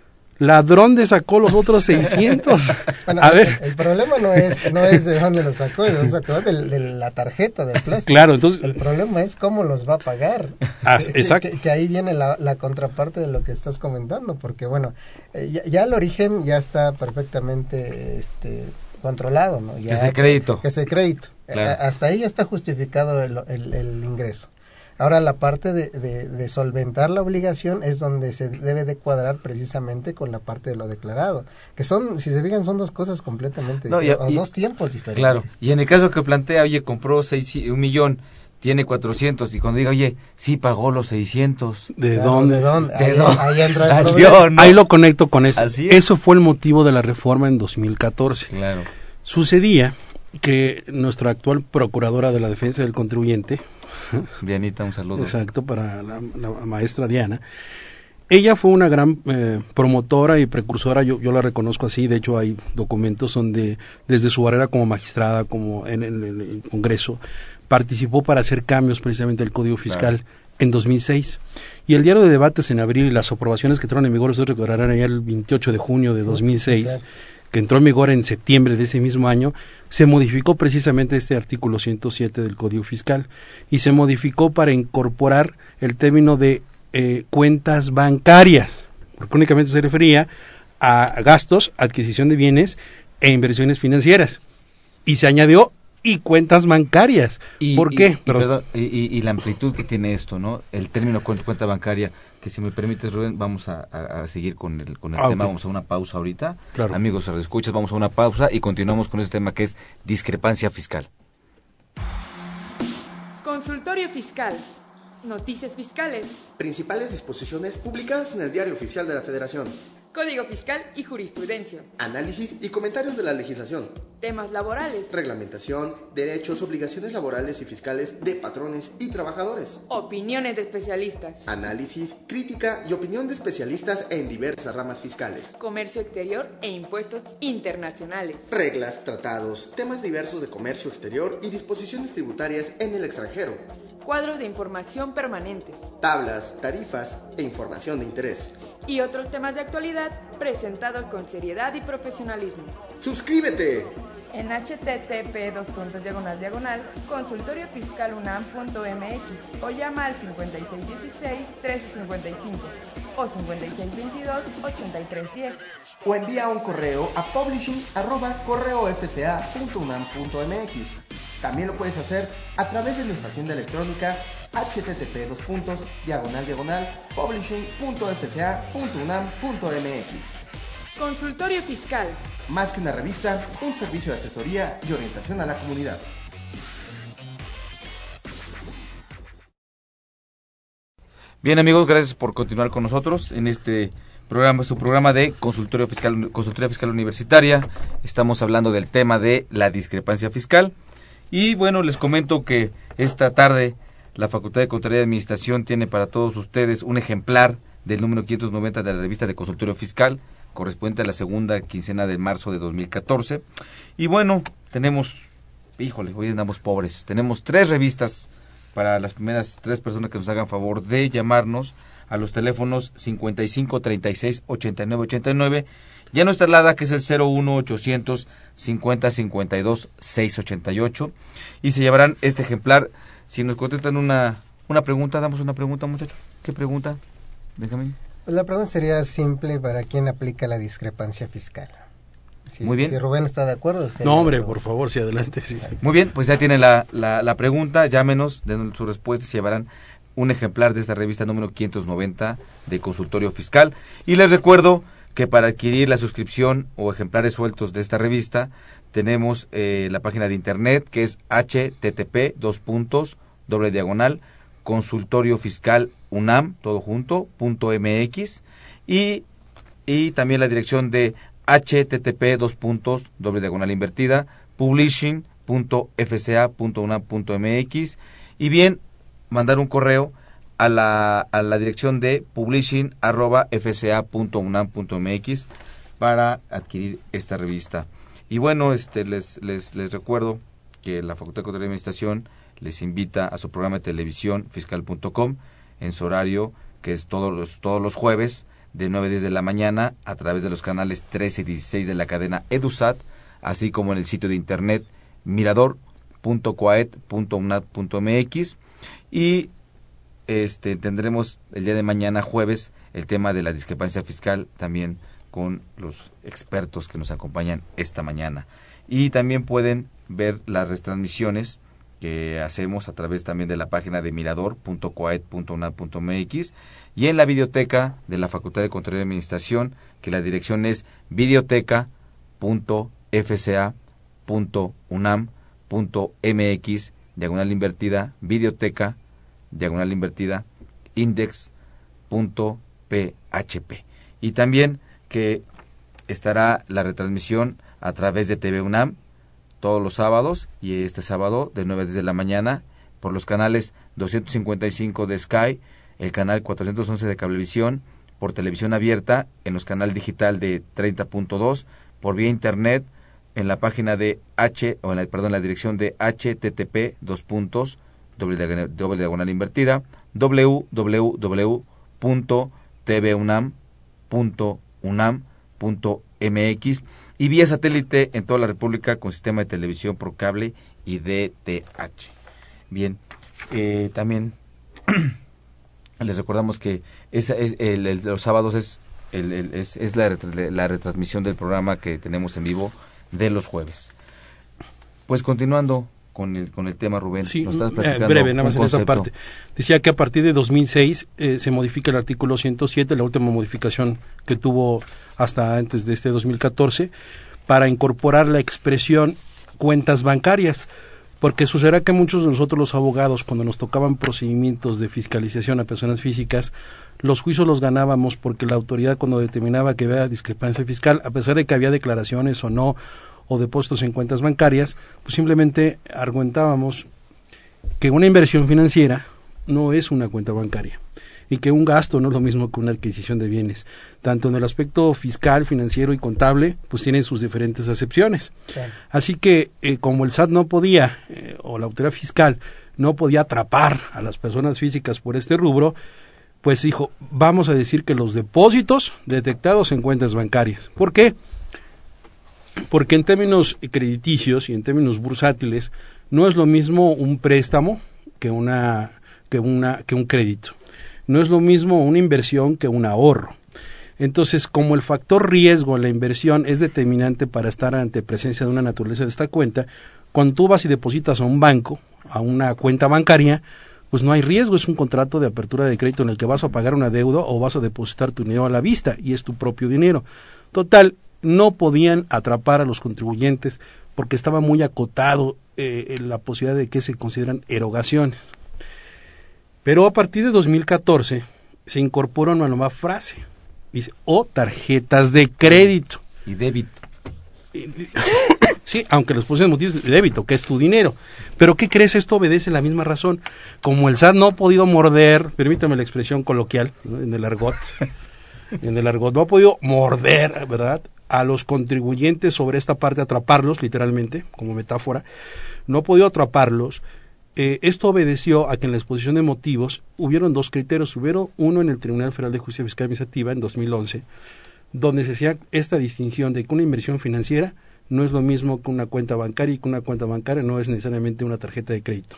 Ladrón de sacó los otros seiscientos. Bueno, a el, ver. el problema no es no es de dónde lo sacó, de dónde sacó de, de la tarjeta del plástico. Claro, entonces el problema es cómo los va a pagar. Ah, que, exacto. Que, que ahí viene la, la contraparte de lo que estás comentando, porque bueno, eh, ya, ya el origen ya está perfectamente este controlado, ¿no? Ya que es el crédito. Que, que es el crédito. Claro. A, hasta ahí ya está justificado el, el, el ingreso. Ahora la parte de, de, de solventar la obligación es donde se debe de cuadrar precisamente con la parte de lo declarado, que son, si se fijan, son dos cosas completamente no, diferentes, y, o dos tiempos diferentes. Claro, y en el caso que plantea, oye, compró seis, un millón, tiene cuatrocientos, y cuando diga, oye, sí pagó los seiscientos. ¿De claro, dónde? ¿De dónde? ¿De ahí, dónde? Ahí entra Salió, ¿no? Ahí lo conecto con eso. Así es. Eso fue el motivo de la reforma en dos mil catorce. Claro. Sucedía que nuestra actual procuradora de la defensa del contribuyente, Dianita, un saludo. Exacto, para la, la maestra Diana. Ella fue una gran eh, promotora y precursora, yo, yo la reconozco así, de hecho hay documentos donde desde su carrera como magistrada, como en, en, en el Congreso, participó para hacer cambios precisamente al Código Fiscal claro. en dos mil seis. Y el diario de debates en abril y las aprobaciones que entraron en vigor, ustedes recordarán allá el veintiocho de junio de dos mil seis, claro. que entró en vigor en septiembre de ese mismo año, se modificó precisamente este artículo ciento siete del Código Fiscal y se modificó para incorporar el término de eh, cuentas bancarias, porque únicamente se refería a gastos, adquisición de bienes e inversiones financieras. Y se añadió y cuentas bancarias. Y, ¿Por y, qué? Y, perdón, y, y la amplitud que tiene esto, ¿no? El término cuenta bancaria, que si me permites, Rubén, vamos a, a, a seguir con el, con el ah, tema, okay. Vamos a una pausa ahorita. Claro. Amigos, si escuchas, vamos a una pausa y continuamos con este tema que es discrepancia fiscal. Consultorio Fiscal. Noticias fiscales. Principales disposiciones publicadas en el Diario Oficial de la Federación. Código Fiscal y Jurisprudencia. Análisis y comentarios de la legislación. Temas laborales. Reglamentación, derechos, obligaciones laborales y fiscales de patrones y trabajadores. Opiniones de especialistas. Análisis, crítica y opinión de especialistas en diversas ramas fiscales. Comercio exterior e impuestos internacionales. Reglas, tratados, temas diversos de comercio exterior y disposiciones tributarias en el extranjero. Cuadros de información permanente. Tablas, tarifas e información de interés. Y otros temas de actualidad presentados con seriedad y profesionalismo. ¡Suscríbete! En h t t p dos puntos diagonal diagonal consultorio fiscal unam punto m x o llama al cincuenta y seis dieciséis trece cincuenta y cinco o cincuenta y seis veintidós ochenta y tres diez. O envía un correo a publishing arroba correo f c a punto unam punto m x. También lo puedes hacer a través de nuestra tienda electrónica http dos puntos diagonal diagonal publishing punto f c a punto u n a m punto m x. Consultorio Fiscal. Más que una revista, un servicio de asesoría y orientación a la comunidad. Bien, amigos, gracias por continuar con nosotros en este programa, su programa de Consultorio Fiscal, Consultoría Fiscal Universitaria. Estamos hablando del tema de la discrepancia fiscal. Y bueno, les comento que esta tarde la Facultad de Contaduría y Administración tiene para todos ustedes un ejemplar del número quinientos noventa de la revista de Consultorio Fiscal, correspondiente a la segunda quincena de marzo de dos mil catorce. Y bueno, tenemos, híjole, hoy andamos pobres, tenemos tres revistas para las primeras tres personas que nos hagan favor de llamarnos a los teléfonos cincuenta y cinco, treinta y seis, ochenta y nueve, ochenta y nueve, y a nuestra alada, que es el cero uno ochocientos cincuenta, cincuenta y dos, seiscientos ochenta y ocho, y se llevarán este ejemplar. Si nos contestan una, una pregunta, damos una pregunta, muchachos. ¿Qué pregunta? Déjame. Pues la pregunta sería simple: ¿para quién aplica la discrepancia fiscal? Si, Muy bien. Si Rubén está de acuerdo. No, hombre, por favor, sí, adelante. Sí. Muy bien, pues ya tienen la, la, la pregunta, llámenos, den su respuesta y se llevarán un ejemplar de esta revista número quinientos noventa de Consultorio Fiscal. Y les recuerdo que para adquirir la suscripción o ejemplares sueltos de esta revista tenemos eh, la página de internet, que es http dos puntos doble diagonal consultorio fiscal unam todo junto punto mx, y y también la dirección de http dos puntos doble diagonal invertida publishing punto f c a punto unam punto mx, y bien mandar un correo a la, a la dirección de publishing arroba f c a punto unam punto mx para adquirir esta revista. Y bueno, este les, les, les recuerdo que la Facultad de Contaduría y Administración les invita a su programa de televisión fiscal punto com en su horario, que es todos los, todos los jueves de nueve a diez de la mañana a través de los canales trece y dieciséis de la cadena EduSat, así como en el sitio de internet mirador punto coaed punto unam punto mx. Y este tendremos el día de mañana, jueves, el tema de la discrepancia fiscal, también con los expertos que nos acompañan esta mañana. Y también pueden ver las retransmisiones que hacemos a través también de la página de mirador punto coaed punto unam punto mx y en la videoteca de la Facultad de Contaduría y Administración, que la dirección es videoteca punto f c a punto unam punto mx diagonal invertida, videoteca diagonal invertida, index punto p h p. Y también que estará la retransmisión a través de T V UNAM todos los sábados, y este sábado de nueve a diez de la mañana por los canales doscientos cincuenta y cinco de Sky, el canal cuatrocientos once de Cablevisión, por televisión abierta en los canal digital de treinta punto dos, por vía internet en la página de H o en la, perdón, la dirección de http dos puntos doble diagonal, doble diagonal invertida www punto t v unam punto unam punto mx, y vía satélite en toda la República con sistema de televisión por cable y D T H. Bien, eh, también les recordamos que esa es el, el, los sábados es, el, el, es, es la, la retransmisión del programa que tenemos en vivo de los jueves. Pues continuando con el con el tema, Rubén, sí, nos estás platicando eh, breve, nada más un en esta concepto. parte. Decía que a partir de dos mil seis eh, se modifica el artículo ciento siete, la última modificación que tuvo hasta antes de este dos mil catorce, para incorporar la expresión cuentas bancarias, porque sucederá que muchos de nosotros los abogados, cuando nos tocaban procedimientos de fiscalización a personas físicas, los juicios los ganábamos porque la autoridad, cuando determinaba que había discrepancia fiscal, a pesar de que había declaraciones o no, o depósitos en cuentas bancarias, pues simplemente argumentábamos que una inversión financiera no es una cuenta bancaria y que un gasto no es lo mismo que una adquisición de bienes. Tanto en el aspecto fiscal, financiero y contable, pues tienen sus diferentes acepciones. Sí. Así que eh, como el S A T no podía, eh, o la autoridad fiscal no podía atrapar a las personas físicas por este rubro, pues dijo, vamos a decir que los depósitos detectados en cuentas bancarias. ¿Por qué? Porque en términos crediticios y en términos bursátiles no es lo mismo un préstamo que una que una que un crédito. No es lo mismo una inversión que un ahorro. Entonces, como el factor riesgo en la inversión es determinante para estar ante presencia de una naturaleza de esta cuenta, Cuando tú vas y depositas a un banco, a una cuenta bancaria, pues no hay riesgo, es un contrato de apertura de crédito en el que vas a pagar una deuda o vas a depositar tu dinero a la vista y es tu propio dinero. Total, no podían atrapar a los contribuyentes porque estaba muy acotado eh, la posibilidad de que se consideran erogaciones. Pero a partir de dos mil catorce se incorpora una nueva frase, dice, o tarjetas de crédito. Y débito. Sí, aunque los pusieron motivos de débito, que es tu dinero. Pero ¿qué crees? Esto obedece la misma razón. Como el S A T no ha podido morder, permítame la expresión coloquial, ¿no? en el argot, en el argot, no ha podido morder, ¿verdad?, a los contribuyentes sobre esta parte, atraparlos, literalmente, como metáfora, no ha podido atraparlos. Eh, esto obedeció a que en la exposición de motivos hubieron dos criterios. Hubieron uno en el Tribunal Federal de Justicia Fiscal Administrativa en dos mil once, donde se hacía esta distinción de que una inversión financiera no es lo mismo que una cuenta bancaria y que una cuenta bancaria no es necesariamente una tarjeta de crédito.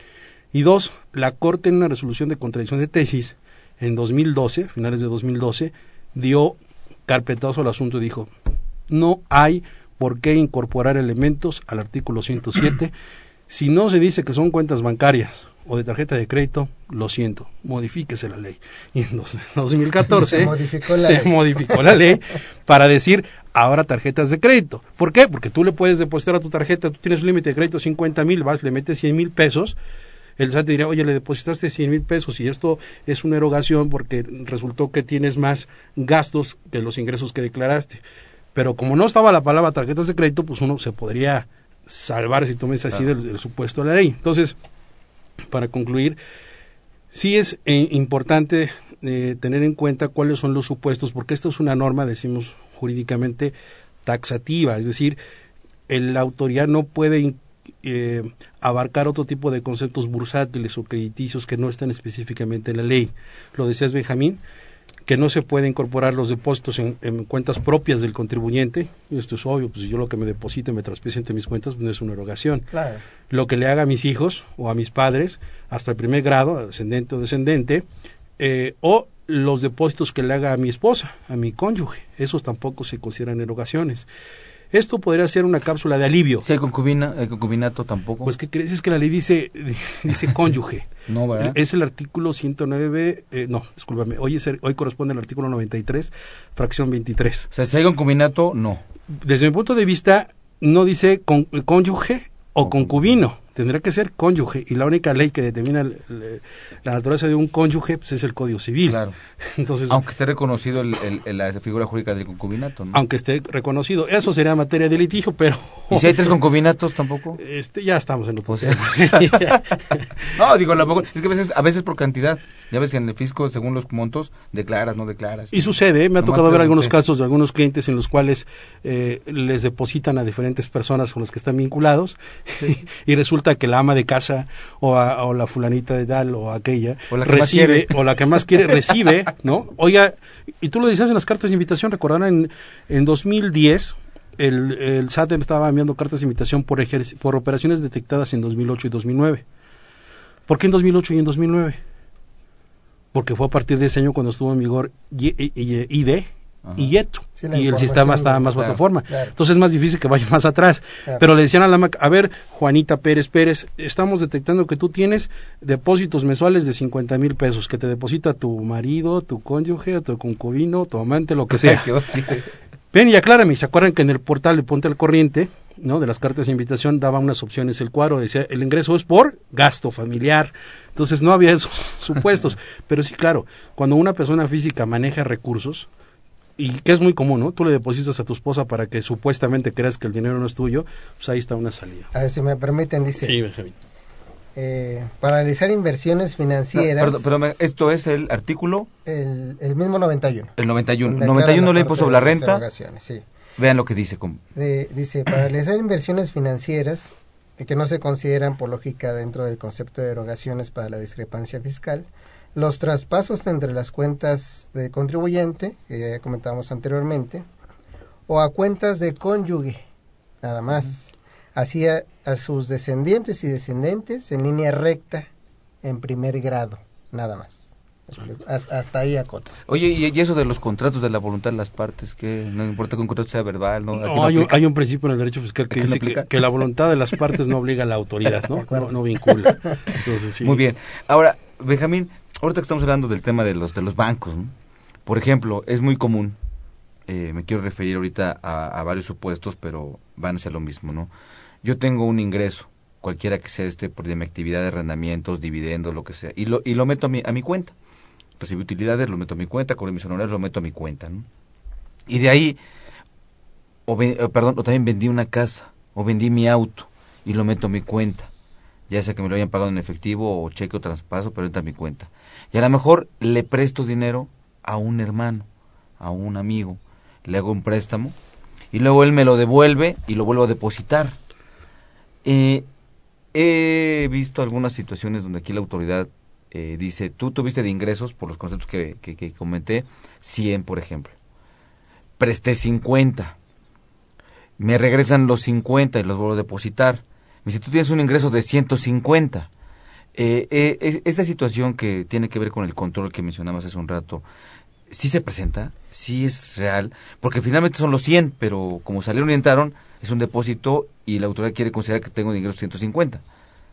Y dos, la Corte en una resolución de contradicción de tesis en dos mil doce, finales de dos mil doce, dio carpetazo al asunto y dijo, no hay por qué incorporar elementos al artículo ciento siete. Si no se dice que son cuentas bancarias o de tarjeta de crédito, lo siento, modifíquese la ley. Y en dos mil catorce se modificó la se ley. modificó la ley para decir ahora tarjetas de crédito. ¿Por qué? Porque tú le puedes depositar a tu tarjeta, tú tienes un límite de crédito de cincuenta mil, vas, le metes cien mil pesos, el S A T te dirá, oye, le depositaste cien mil pesos y esto es una erogación porque resultó que tienes más gastos que los ingresos que declaraste. Pero como no estaba la palabra tarjetas de crédito, pues uno se podría salvar, si tú me dices así, del, del supuesto de la ley. Entonces, para concluir, sí es eh, importante eh, tener en cuenta cuáles son los supuestos, porque esto es una norma, decimos jurídicamente, taxativa, es decir, el, la autoridad no puede eh, abarcar otro tipo de conceptos bursátiles o crediticios que no están específicamente en la ley. Lo decías, Benjamín, que no se puede incorporar los depósitos en, en cuentas propias del contribuyente. Esto es obvio, pues si yo lo que me deposite me traspiese entre mis cuentas, pues no es una erogación. Claro. Lo que le haga a mis hijos o a mis padres, hasta el primer grado, ascendente o descendente, eh, o los depósitos que le haga a mi esposa, a mi cónyuge, esos tampoco se consideran erogaciones. Esto podría ser una cápsula de alivio. Si hay concubina, el concubinato tampoco. Pues, ¿qué crees? Es que la ley dice, dice cónyuge. No, ¿verdad? Es el artículo ciento nueve, eh, no, discúlpame, hoy, es el, hoy corresponde al artículo noventa y tres, fracción veintitrés. O sea, si hay concubinato, no. Desde mi punto de vista, no dice con, cónyuge o concubino, tendrá que ser cónyuge, y la única ley que determina el, el, la naturaleza de un cónyuge pues es el Código Civil. Claro. Entonces, aunque esté reconocido el, el, el, la figura jurídica del concubinato, ¿no? Aunque esté reconocido, eso sería materia de litigio, pero... ¿Y si hay tres concubinatos tampoco? Este, ya estamos en otro pues, tema. No, digo, la, es que a veces, a veces por cantidad, ya ves que en el fisco, según los montos, declaras, no declaras. Y sucede, ¿eh? Me ha no tocado ver pregunté. algunos casos de algunos clientes en los cuales eh, les depositan a diferentes personas con las que están vinculados, sí. y, y resulta que la ama de casa o, a, o la fulanita de tal o aquella o la que recibe, o la que más quiere recibe, ¿no? Oiga, y tú lo decías en las cartas de invitación, recordarán en, en dos mil diez el, el S A T estaba enviando cartas de invitación por, ejerc- por operaciones detectadas en dos mil ocho y dos mil nueve. ¿Por qué en dos mil ocho y en dos mil nueve? Porque fue a partir de ese año cuando estuvo en vigor I D y YETU, sí, y el sistema estaba más claro, plataforma. Claro. Entonces es más difícil que vaya más atrás. Claro. Pero le decían a la M A C, a ver, Juanita Pérez Pérez, estamos detectando que tú tienes depósitos mensuales de cincuenta mil pesos, que te deposita tu marido, tu cónyuge, tu concubino, tu amante, lo que sea. Ven y aclárame, ¿se acuerdan que en el portal de Ponte al Corriente, ¿no?, de las cartas de invitación, daba unas opciones el cuadro, decía, el ingreso es por gasto familiar? Entonces no había esos supuestos. Pero sí, claro, cuando una persona física maneja recursos, y que es muy común, ¿no? Tú le depositas a tu esposa para que supuestamente creas que el dinero no es tuyo, pues ahí está una salida. A ver si me permiten, dice. Sí, Benjamín. Eh, para realizar inversiones financieras. No, perdón, perdón, esto es el artículo. El, el mismo noventa y uno. El noventa y uno. Donde noventa y uno aclara ley la puso parte la de las renta. erogaciones, sí. Vean lo que dice. Como... De, dice, para realizar inversiones financieras eh, que no se consideran por lógica dentro del concepto de erogaciones para la discrepancia fiscal, los traspasos entre las cuentas de contribuyente, que ya comentábamos anteriormente, o a cuentas de cónyuge, nada más, así a, a sus descendientes y descendientes en línea recta, en primer grado, nada más. Hasta ahí acoto. Oye, ¿y eso de los contratos de la voluntad de las partes? Que no importa que un contrato sea verbal, ¿no? No, no hay, un, hay un principio en el derecho fiscal que dice no que, que la voluntad de las partes no obliga a la autoridad, ¿no? No, no vincula. Entonces, sí. Muy bien. Ahora, Benjamín, ahorita que estamos hablando del tema de los de los bancos, ¿no? Por ejemplo, es muy común, eh, me quiero referir ahorita a, a varios supuestos, pero van a ser lo mismo, ¿no? Yo tengo un ingreso, cualquiera que sea este, por de mi actividad de arrendamientos, dividendos, lo que sea, y lo, y lo meto a mi, a mi cuenta. Recibí utilidades, lo meto a mi cuenta, cobré mis honorarios, lo meto a mi cuenta, ¿no? Y de ahí, o, ve, o perdón, o también vendí una casa, o vendí mi auto, y lo meto a mi cuenta. Ya sea que me lo hayan pagado en efectivo, o cheque, o traspaso, pero entra a mi cuenta. Y a lo mejor le presto dinero a un hermano, a un amigo, le hago un préstamo, y luego él me lo devuelve, y lo vuelvo a depositar. Eh, he visto algunas situaciones donde aquí la autoridad Eh, dice, tú tuviste de ingresos, por los conceptos que, que, que comenté, cien, por ejemplo. Presté cincuenta. Me regresan los cincuenta y los vuelvo a depositar. Me dice, tú tienes un ingreso de ciento cincuenta. Eh, eh, esa situación que tiene que ver con el control que mencionabas hace un rato, ¿sí se presenta? ¿Sí es real? Porque finalmente son los cien, pero como salieron y entraron, es un depósito y la autoridad quiere considerar que tengo de ingresos ciento cincuenta.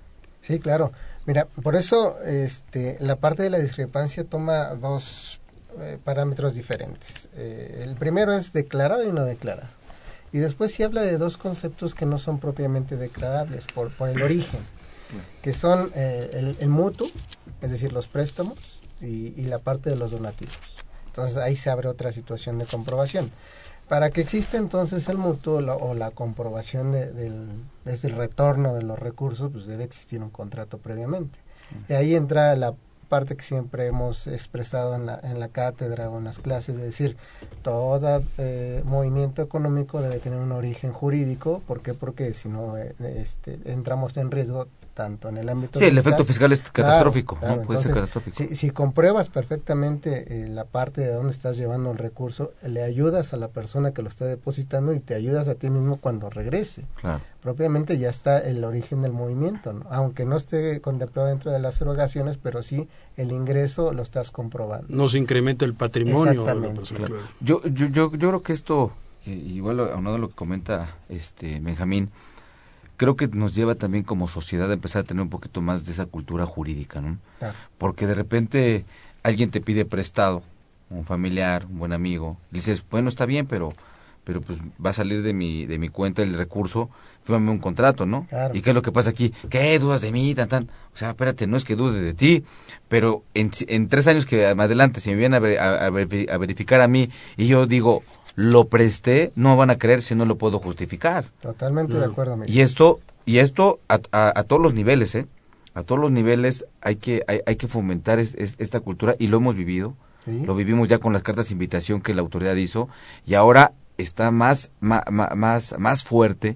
Sí, claro. Mira, por eso este, la parte de la discrepancia toma dos eh, parámetros diferentes. Eh, el primero es declarado y no declarado. Y después sí habla de dos conceptos que no son propiamente declarables por, por el origen, que son eh, el, el mutuo, es decir, los préstamos, y, y la parte de los donativos. Entonces ahí se abre otra situación de comprobación. Para que exista entonces el mutuo la, o la comprobación de, del, desde el retorno de los recursos, pues debe existir un contrato previamente. Y ahí entra la parte que siempre hemos expresado en la, en la cátedra o en las clases, de decir, todo eh, movimiento económico debe tener un origen jurídico. ¿Por qué? Porque si no eh, este, entramos en riesgo tanto en el ámbito sí, el efecto fiscal es catastrófico, claro, claro. ¿no? Puede Entonces, ser catastrófico. Si, si compruebas perfectamente eh, la parte de dónde estás llevando el recurso, le ayudas a la persona que lo está depositando y te ayudas a ti mismo cuando regrese. Claro. Propiamente ya está el origen del movimiento, ¿no? Aunque no esté contemplado dentro de las erogaciones, pero sí el ingreso lo estás comprobando. No se incrementa el patrimonio de la persona. Claro. Yo, yo, yo, yo creo que esto, igual aunado a lo que comenta este Benjamín, creo que nos lleva también como sociedad a empezar a tener un poquito más de esa cultura jurídica, ¿no? Claro. Porque de repente alguien te pide prestado, un familiar, un buen amigo, y dices, bueno, está bien, pero pero pues va a salir de mi de mi cuenta el recurso, fírmame un contrato, ¿no? Claro. ¿Y qué es lo que pasa aquí? ¿Qué dudas de mí? Tan, tan. O sea, espérate, no es que dude de ti, pero en, en tres años que adelante, si me vienen a, ver, a, a verificar a mí y yo digo, lo presté, no van a creer si no lo puedo justificar. Totalmente no. de acuerdo, amigo. Y esto, y esto a, a, a todos los niveles, ¿eh? A todos los niveles hay que hay, hay que fomentar es, es, esta cultura y lo hemos vivido. ¿Sí? Lo vivimos ya con las cartas de invitación que la autoridad hizo y ahora está más, más, más, más fuerte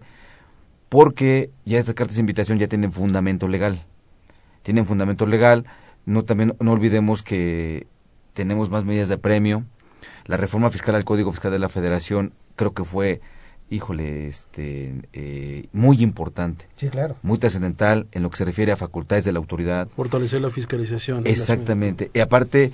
porque ya estas cartas de invitación ya tienen fundamento legal. Tienen fundamento legal. No también no olvidemos que tenemos más medidas de apremio. La reforma fiscal al Código Fiscal de la Federación creo que fue, híjole, este, eh, muy importante. Sí, claro. Muy trascendental en lo que se refiere a facultades de la autoridad. Fortalecer la fiscalización. Exactamente. Y aparte,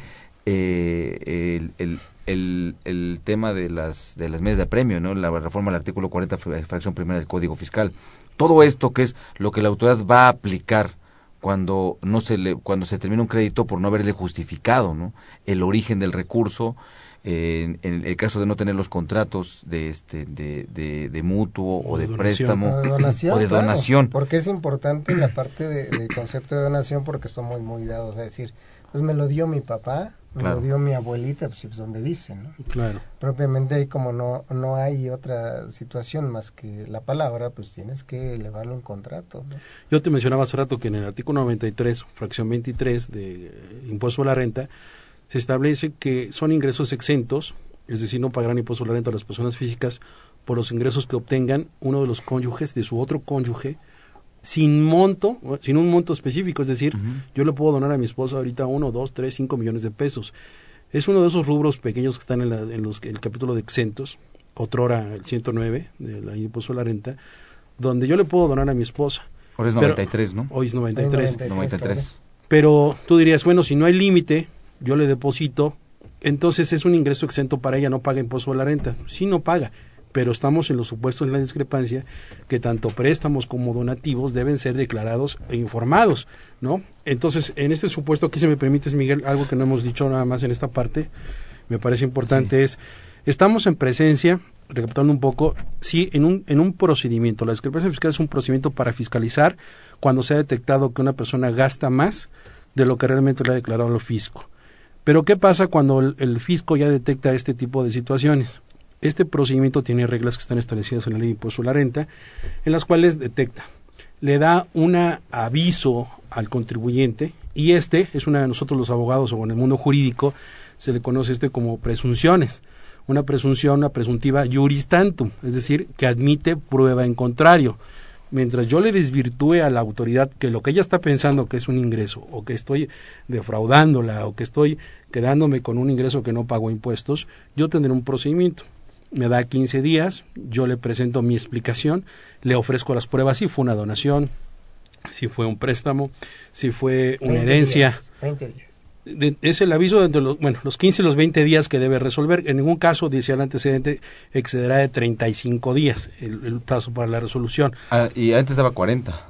eh, el, el, el, el tema de las de las medidas de apremio, ¿no? La reforma al artículo cuarenta, fracción primera del Código Fiscal. Todo esto que es lo que la autoridad va a aplicar cuando no se le cuando se termina un crédito por no haberle justificado, ¿no? El origen del recurso. Eh, en, en el caso de no tener los contratos de este de, de, de mutuo o, o de, de préstamo o de donación, o de claro, donación. Porque es importante la parte del de concepto de donación porque somos muy dados a decir, pues me lo dio mi papá, me claro. lo dio mi abuelita, pues, pues donde dicen, ¿no? Claro. Propiamente ahí como no no hay otra situación más que la palabra, pues tienes que elevarlo en contrato, ¿no? Yo te mencionaba hace rato que en el artículo noventa y tres, fracción veintitrés de Impuesto a la Renta, se establece que son ingresos exentos, es decir, no pagarán impuesto a la renta a las personas físicas por los ingresos que obtengan uno de los cónyuges de su otro cónyuge sin monto, sin un monto específico, es decir, uh-huh. yo le puedo donar a mi esposa ahorita uno, dos, tres, cinco millones de pesos. Es uno de esos rubros pequeños que están en, la, en los, el capítulo de exentos, otrora el ciento nueve del impuesto a la renta, donde yo le puedo donar a mi esposa. Ahora es noventa y tres, ¿no? Hoy es noventa y tres. noventa y tres. Pero tú dirías, bueno, si no hay límite, yo le deposito, entonces es un ingreso exento para ella, no paga impuesto a la renta. Sí, no paga, pero estamos en los supuestos en la discrepancia que tanto préstamos como donativos deben ser declarados e informados, ¿no? Entonces, en este supuesto, aquí si me permites, Miguel, algo que no hemos dicho nada más en esta parte, me parece importante, sí. es, estamos en presencia, recapitulando un poco, sí, en un, en un procedimiento. La discrepancia fiscal es un procedimiento para fiscalizar cuando se ha detectado que una persona gasta más de lo que realmente le ha declarado al fisco. Pero, ¿qué pasa cuando el, el fisco ya detecta este tipo de situaciones? Este procedimiento tiene reglas que están establecidas en la ley de impuesto a la renta, en las cuales detecta, le da un aviso al contribuyente, y este es una de nosotros los abogados o en el mundo jurídico se le conoce este como presunciones. Una presunción, una presuntiva juris tantum, es decir, que admite prueba en contrario. Mientras yo le desvirtúe a la autoridad que lo que ella está pensando que es un ingreso, o que estoy defraudándola, o que estoy quedándome con un ingreso que no pago impuestos, yo tendré un procedimiento. Me da quince días, yo le presento mi explicación, le ofrezco las pruebas si fue una donación, si fue un préstamo, si fue una herencia. Días, veinte días. De, es el aviso de entre los, bueno, los quince y los veinte días que debe resolver. En ningún caso, dice el antecedente, excederá de treinta y cinco días el, el plazo para la resolución. Ah, y antes daba cuarenta.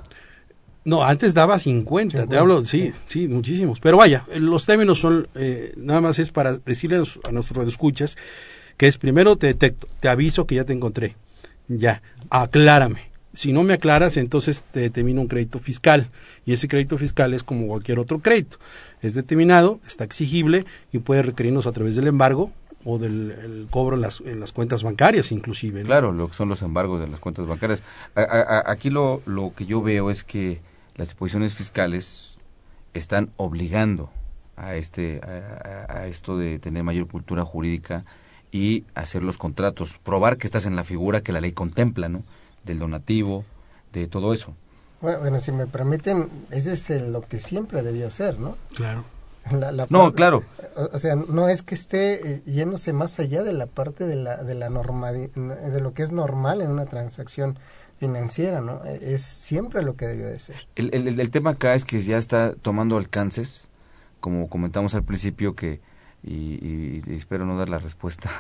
No, antes daba cincuenta, cincuenta, te hablo, sí, sí, sí, muchísimos. Pero vaya, los términos son, eh, nada más es para decirle a, los, a nuestros radioescuchas que es primero te detecto, te aviso que ya te encontré, ya, aclárame. Si no me aclaras, entonces te determino un crédito fiscal, y ese crédito fiscal es como cualquier otro crédito. Es determinado, está exigible y puede requerirnos a través del embargo o del el cobro en las, en las cuentas bancarias inclusive, ¿no? Claro, lo que son los embargos de las cuentas bancarias. A, a, aquí lo, lo que yo veo es que las disposiciones fiscales están obligando a, este, a, a esto de tener mayor cultura jurídica y hacer los contratos, probar que estás en la figura que la ley contempla, ¿no? Del donativo, de todo eso. Bueno, bueno, si me permiten, ese es el, lo que siempre debió ser, ¿no? Claro. La, la no, parte, claro. O, o sea, no es que esté eh, yéndose más allá de la parte de la de la norma, de lo que es normal en una transacción financiera, ¿no? Es siempre lo que debió de ser. El, el, el tema acá es que ya está tomando alcances, como comentamos al principio, que y, y, y espero no dar la respuesta,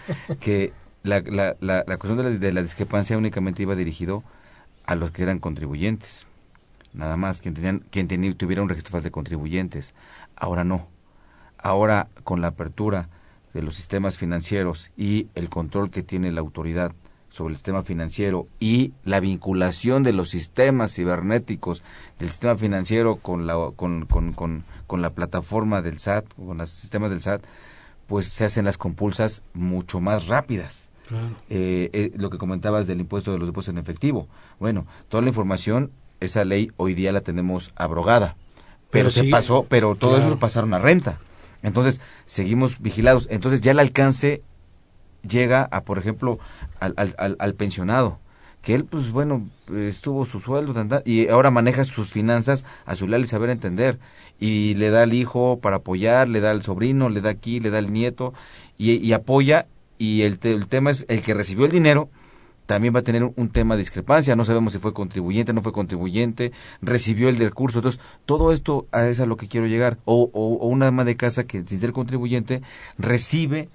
que la, la, la, la cuestión de la, de la discrepancia únicamente iba dirigido a los que eran contribuyentes, nada más, quien tenían, quien tenía, tuviera un registro de contribuyentes. Ahora no. Ahora, con la apertura de los sistemas financieros y el control que tiene la autoridad sobre el sistema financiero y la vinculación de los sistemas cibernéticos del sistema financiero con la con, con, con, con la plataforma del S A T, con los sistemas del S A T, pues se hacen las compulsas mucho más rápidas. Claro. Eh, eh, lo que comentabas del impuesto de los depósitos en efectivo. Bueno, toda la información, esa ley hoy día la tenemos abrogada, pero, pero se sí, pasó, pero todo claro. eso pasaron a renta. Entonces, seguimos vigilados. Entonces, ya el alcance llega a, por ejemplo, al, al, al pensionado, que él, pues bueno, estuvo su sueldo tan, tan, y ahora maneja sus finanzas a su leal y saber entender, y le da al hijo para apoyar, le da al sobrino, le da aquí, le da al nieto, y, y apoya, y el, te, el tema es, el que recibió el dinero, también va a tener un tema de discrepancia, no sabemos si fue contribuyente, no fue contribuyente, recibió el del curso, entonces todo esto es a lo que quiero llegar, o, o, o una ama de casa que sin ser contribuyente recibe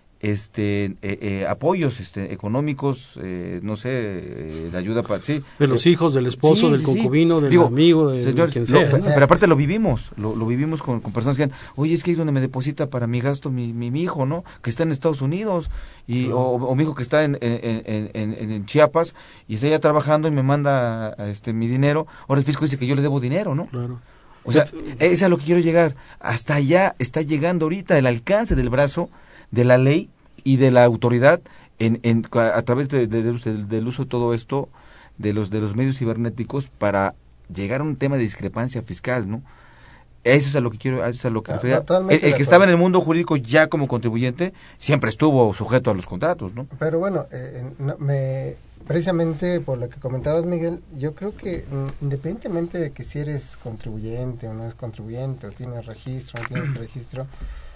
este eh, eh, apoyos este económicos, eh, no sé, eh, de ayuda para sí de los eh, hijos, del esposo, sí, del sí, concubino, del digo, amigo, de, señor, de quien lo, sea, pero, ¿no? pero aparte lo vivimos, lo, lo vivimos con, con personas que dicen, oye, es que ahí donde me deposita para mi gasto mi, mi, mi hijo, ¿no? Que está en Estados Unidos, y claro. o, o mi hijo que está en, en, en, en, en Chiapas y está allá trabajando y me manda este mi dinero, ahora el fisco dice que yo le debo dinero, ¿no? Claro. O sea, es a lo que quiero llegar. Hasta allá está llegando ahorita el alcance del brazo de la ley y de la autoridad en, en a través de, de, de, de, del uso de todo esto de los de los medios cibernéticos para llegar a un tema de discrepancia fiscal, ¿no? Eso es a lo que quiero, eso es a lo que no, refería. El, el que estaba en el mundo jurídico ya como contribuyente siempre estuvo sujeto a los contratos, ¿no? Pero bueno, eh, no, me precisamente por lo que comentabas, Miguel, yo creo que mm, independientemente de que si eres contribuyente o no eres contribuyente, o tienes registro o no tienes registro,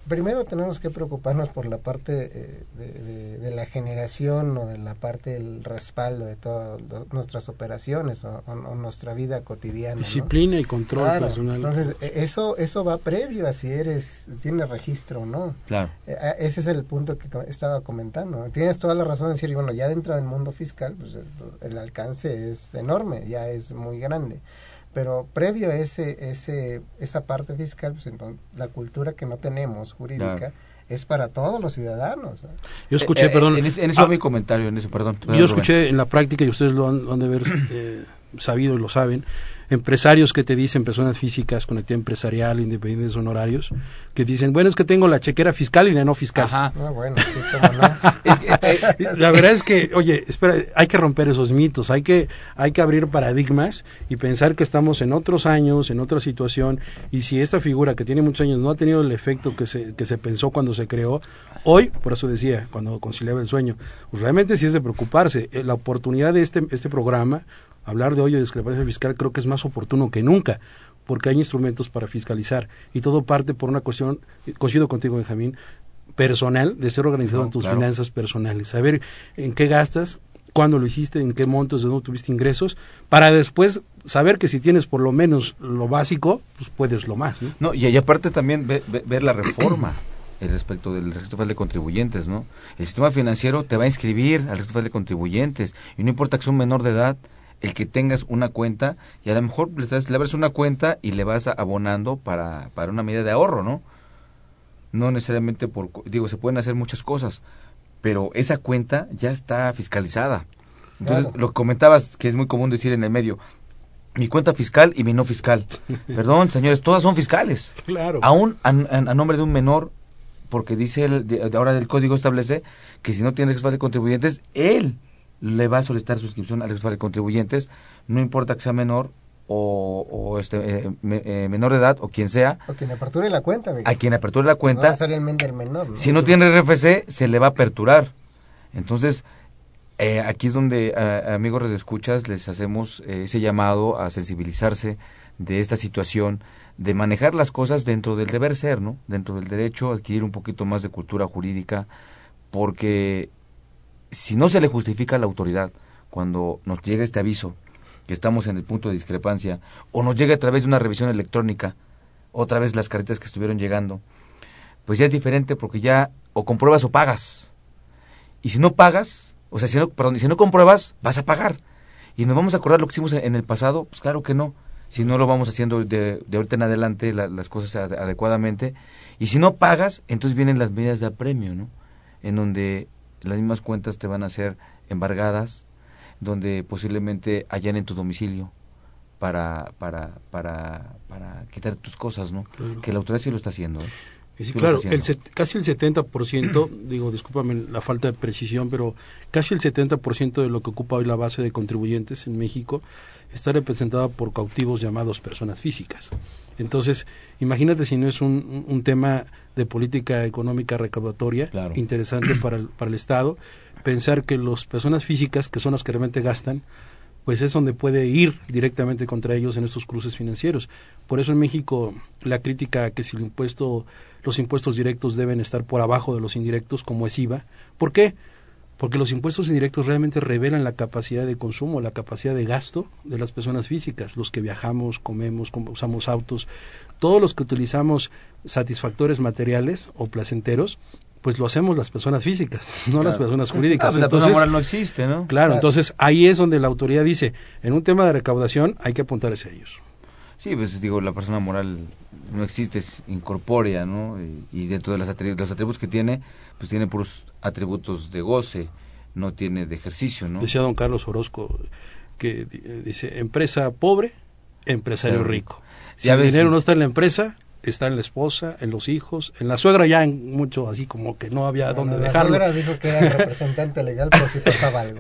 primero tenemos que preocuparnos por la parte eh, de, de, de la generación o de la parte del respaldo de todas nuestras operaciones o, o, o nuestra vida cotidiana. Disciplina, ¿no? Y control claro, personal. Entonces, eso eso va previo a si eres, tienes registro o no. Claro. Eh, ese es el punto que estaba comentando. Tienes toda la razón de decir, bueno, ya dentro del mundo fiscal, pues el, el alcance es enorme, ya es muy grande. Pero previo a ese, ese, esa parte fiscal, pues entonces la cultura que no tenemos jurídica claro. es para todos los ciudadanos. Yo escuché, eh, perdón. En, ese, en eso ah, mi comentario, en eso, perdón. Yo escuché Rubén. En la práctica, y ustedes lo han, lo han de haber eh, sabido y lo saben, empresarios que te dicen, personas físicas con actividad empresarial, independientes honorarios, que dicen, bueno, es que tengo la chequera fiscal y la no fiscal. Ajá. Ah, bueno, sí, cómo no. es que, eh, la verdad es que, oye, espera, hay que romper esos mitos, hay que, hay que abrir paradigmas y pensar que estamos en otros años, en otra situación, y si esta figura que tiene muchos años no ha tenido el efecto que se, que se pensó cuando se creó, hoy, por eso decía, cuando conciliaba el sueño, pues realmente sí es de preocuparse. La oportunidad de este, este programa, hablar de hoy de discrepancia fiscal, creo que es más oportuno que nunca, porque hay instrumentos para fiscalizar y todo parte por una cuestión, coincido contigo, Benjamín, personal, de ser organizado no, en tus claro. finanzas personales, saber en qué gastas, cuándo lo hiciste, en qué montos, de dónde tuviste ingresos, para después saber que si tienes por lo menos lo básico, pues puedes lo más, ¿no? No, y, y aparte también ve, ve, ver la reforma el respecto del registro federal de contribuyentes, ¿no? El sistema financiero te va a inscribir al registro federal de contribuyentes y no importa que sea un menor de edad, el que tengas una cuenta y a lo mejor le, le abres una cuenta y le vas abonando para, para una medida de ahorro, ¿no? No necesariamente por, digo, se pueden hacer muchas cosas, pero esa cuenta ya está fiscalizada. Entonces, claro. Lo que comentabas, que es muy común decir en el medio, mi cuenta fiscal y mi no fiscal. Perdón, señores, todas son fiscales. Claro. Aún a, a, a nombre de un menor, porque dice, el, de, ahora el código establece que si no tiene registro de contribuyentes, él le va a solicitar suscripción al registro de contribuyentes, no importa que sea menor o, o este eh, me, eh, menor de edad o quien sea. O quien aperture la cuenta. Amigo. A quien aperture la cuenta. No va a ser el del menor, ¿no? Si no tiene R F C, se le va a aperturar. Entonces, eh, aquí es donde, a, a amigos radioescuchas, les hacemos eh, ese llamado a sensibilizarse de esta situación, de manejar las cosas dentro del deber ser, ¿no? Dentro del derecho, adquirir un poquito más de cultura jurídica, porque si no se le justifica a la autoridad cuando nos llega este aviso que estamos en el punto de discrepancia o nos llega a través de una revisión electrónica otra vez las cartas que estuvieron llegando, pues ya es diferente porque ya o compruebas o pagas, y si no pagas, o sea, si no, perdón, si no compruebas, vas a pagar, y nos vamos a acordar lo que hicimos en el pasado. Pues claro que no, si no lo vamos haciendo de, de ahorita en adelante la, las cosas ad, adecuadamente, y si no pagas, entonces vienen las medidas de apremio, ¿no? En donde las mismas cuentas te van a ser embargadas, donde posiblemente hallan en tu domicilio para para para para quitar tus cosas, ¿no? Claro. Que la autoridad sí lo está haciendo, ¿eh? Sí, sí, claro, el set, casi el setenta por ciento, digo, discúlpame la falta de precisión, pero casi el setenta por ciento de lo que ocupa hoy la base de contribuyentes en México está representada por cautivos llamados personas físicas. Entonces, imagínate si no es un, un tema de política económica recaudatoria, claro, interesante para el, para el Estado, pensar que las personas físicas, que son las que realmente gastan, pues es donde puede ir directamente contra ellos en estos cruces financieros. Por eso en México la crítica que si el impuesto, los impuestos directos deben estar por abajo de los indirectos, como es I V A. ¿Por qué? Porque los impuestos indirectos realmente revelan la capacidad de consumo, la capacidad de gasto de las personas físicas, los que viajamos, comemos, usamos autos, todos los que utilizamos satisfactores materiales o placenteros, pues lo hacemos las personas físicas, no claro, las personas jurídicas. Ah, la persona moral no existe, ¿no? Claro, claro, entonces ahí es donde la autoridad dice, en un tema de recaudación hay que apuntar hacia ellos. Sí, pues digo, la persona moral no existe, es incorpórea, ¿no? Y, y dentro de los atributos, los atributos que tiene, pues tiene puros atributos de goce, no tiene de ejercicio, ¿no? Decía don Carlos Orozco, que dice, empresa pobre, empresario sí, rico. Si el dinero no está en la empresa, está en la esposa, en los hijos, en la suegra ya en mucho así como que no había bueno, dónde la dejarlo. La suegra dijo que era representante legal, pero sí pasaba algo,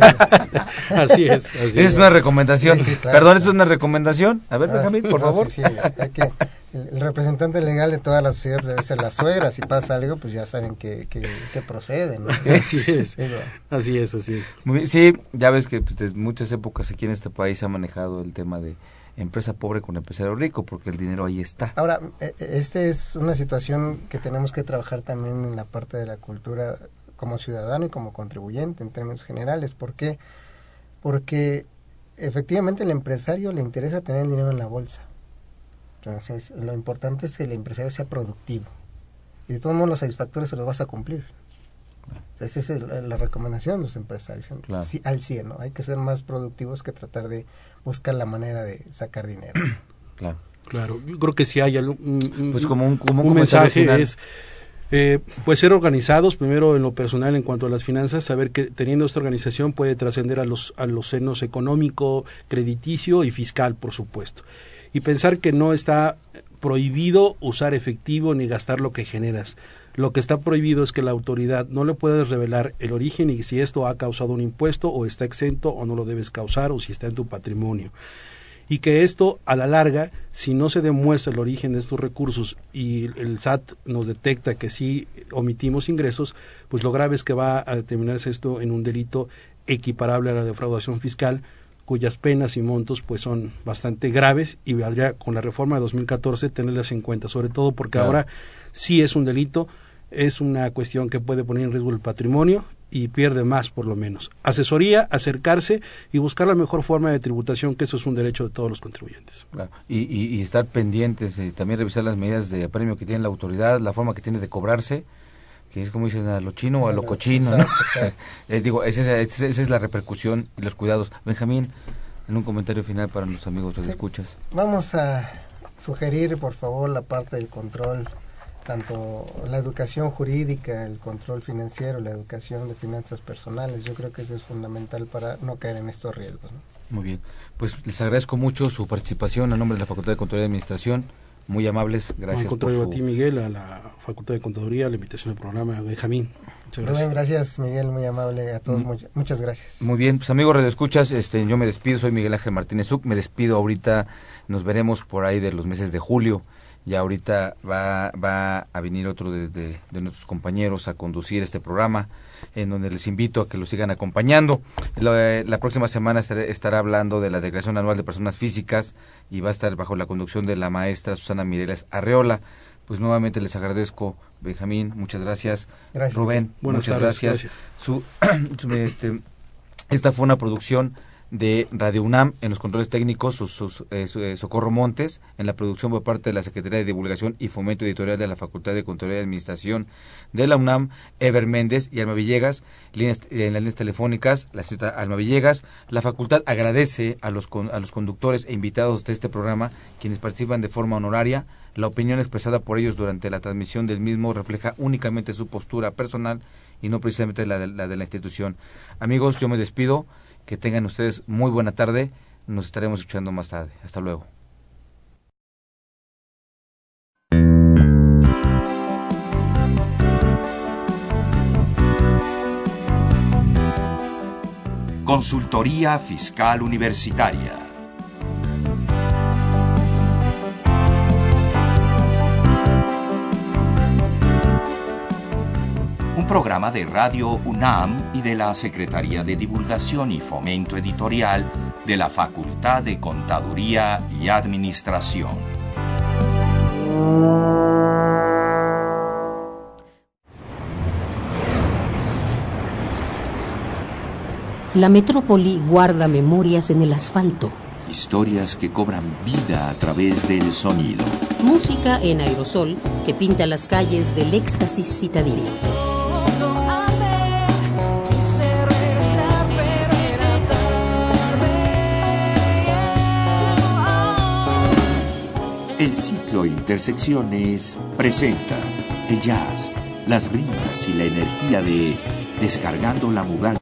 ¿no? Así es. Así es, es una recomendación. Sí, sí, claro, Perdón, ¿eso es una recomendación? A ver, Benjamín, por no, favor. Sí, sí, hay que, el, el representante legal de toda la sociedad debe ser la suegra. Si pasa algo, pues ya saben que, que, que procede, ¿no? Así es, Digo, así es, así es. Muy, sí, ya ves que pues, desde muchas épocas aquí en este país se ha manejado el tema de empresa pobre con empresario rico, porque el dinero ahí está. Ahora, esta es una situación que tenemos que trabajar también en la parte de la cultura como ciudadano y como contribuyente en términos generales. ¿Por qué? Porque efectivamente al empresario le interesa tener el dinero en la bolsa. Entonces, lo importante es que el empresario sea productivo. Y de todos modos los satisfactores se los vas a cumplir. Esa es el, la recomendación de los empresarios, claro. Sí, al cien, ¿no? Hay que ser más productivos que tratar de buscar la manera de sacar dinero. Claro. Claro, yo creo que si hay algún, un, pues como un, como un, un mensaje final. es eh, pues ser organizados primero en lo personal en cuanto a las finanzas, saber que teniendo esta organización puede trascender a los a los senos económico, crediticio y fiscal, por supuesto, y pensar que no está prohibido usar efectivo ni gastar lo que generas. Lo que está prohibido es que la autoridad no le puedes revelar el origen y si esto ha causado un impuesto o está exento o no lo debes causar o si está en tu patrimonio. Y que esto, a la larga, si no se demuestra el origen de estos recursos y el S A T nos detecta que sí omitimos ingresos, pues lo grave es que va a determinarse esto en un delito equiparable a la defraudación fiscal, cuyas penas y montos pues son bastante graves y valdría con la reforma de dos mil catorce tenerlas en cuenta, sobre todo porque claro. Ahora sí es un delito, es una cuestión que puede poner en riesgo el patrimonio y pierde más por lo menos. Asesoría, acercarse y buscar la mejor forma de tributación, que eso es un derecho de todos los contribuyentes. Claro. Y, y, y estar pendientes, eh, también revisar las medidas de apremio que tiene la autoridad, la forma que tiene de cobrarse, que es como dicen a lo chino o a lo cochino, ¿no? eh, digo, esa es, esa es la repercusión y los cuidados. Benjamín, en un comentario final para los amigos que escuchas. Vamos a sugerir, por favor, la parte del control, tanto la educación jurídica, el control financiero, la educación de finanzas personales. Yo creo que eso es fundamental para no caer en estos riesgos, ¿no? Muy bien, pues les agradezco mucho su participación a nombre de la Facultad de Contaduría y Administración. Muy amables, gracias. Al contrario, por su... a ti, Miguel, a la Facultad de Contaduría, la invitación al programa, Benjamín. Muchas gracias. Muy bien, gracias, Miguel, muy amable a todos, muchas, muchas gracias. Muy bien, pues amigos radioescuchas, este, yo me despido, soy Miguel Ángel Martínez Uc, me despido ahorita, nos veremos por ahí de los meses de julio. Ya ahorita va va a venir otro de, de, de nuestros compañeros a conducir este programa, en donde les invito a que lo sigan acompañando. La, la próxima semana estaré, estará hablando de la Declaración Anual de Personas Físicas y va a estar bajo la conducción de la maestra Susana Mireles Arreola. Pues nuevamente les agradezco, Benjamín, muchas gracias. Gracias. Rubén, Buenas muchas tardes, gracias. gracias. Su, su, este, esta fue una producción de Radio UNAM, en los controles técnicos sus, sus, eh, su, eh, Socorro Montes, en la producción por parte de la Secretaría de Divulgación y Fomento Editorial de la Facultad de Contaduría y Administración de la UNAM, Ever Méndez y Alma Villegas, líneas, en las líneas telefónicas, la señorita Alma Villegas. La facultad agradece a los, a los conductores e invitados de este programa, quienes participan de forma honoraria. La opinión expresada por ellos durante la transmisión del mismo refleja únicamente su postura personal y no precisamente la de la, de la institución. Amigos, yo me despido. Que tengan ustedes muy buena tarde. Nos estaremos escuchando más tarde. Hasta luego. Consultoría Fiscal Universitaria. Un programa de Radio UNAM y de la Secretaría de Divulgación y Fomento Editorial de la Facultad de Contaduría y Administración. La metrópoli guarda memorias en el asfalto. Historias que cobran vida a través del sonido. Música en aerosol que pinta las calles del éxtasis citadino. El ciclo Intersecciones presenta el jazz, las rimas y la energía de Descargando la Mudanza.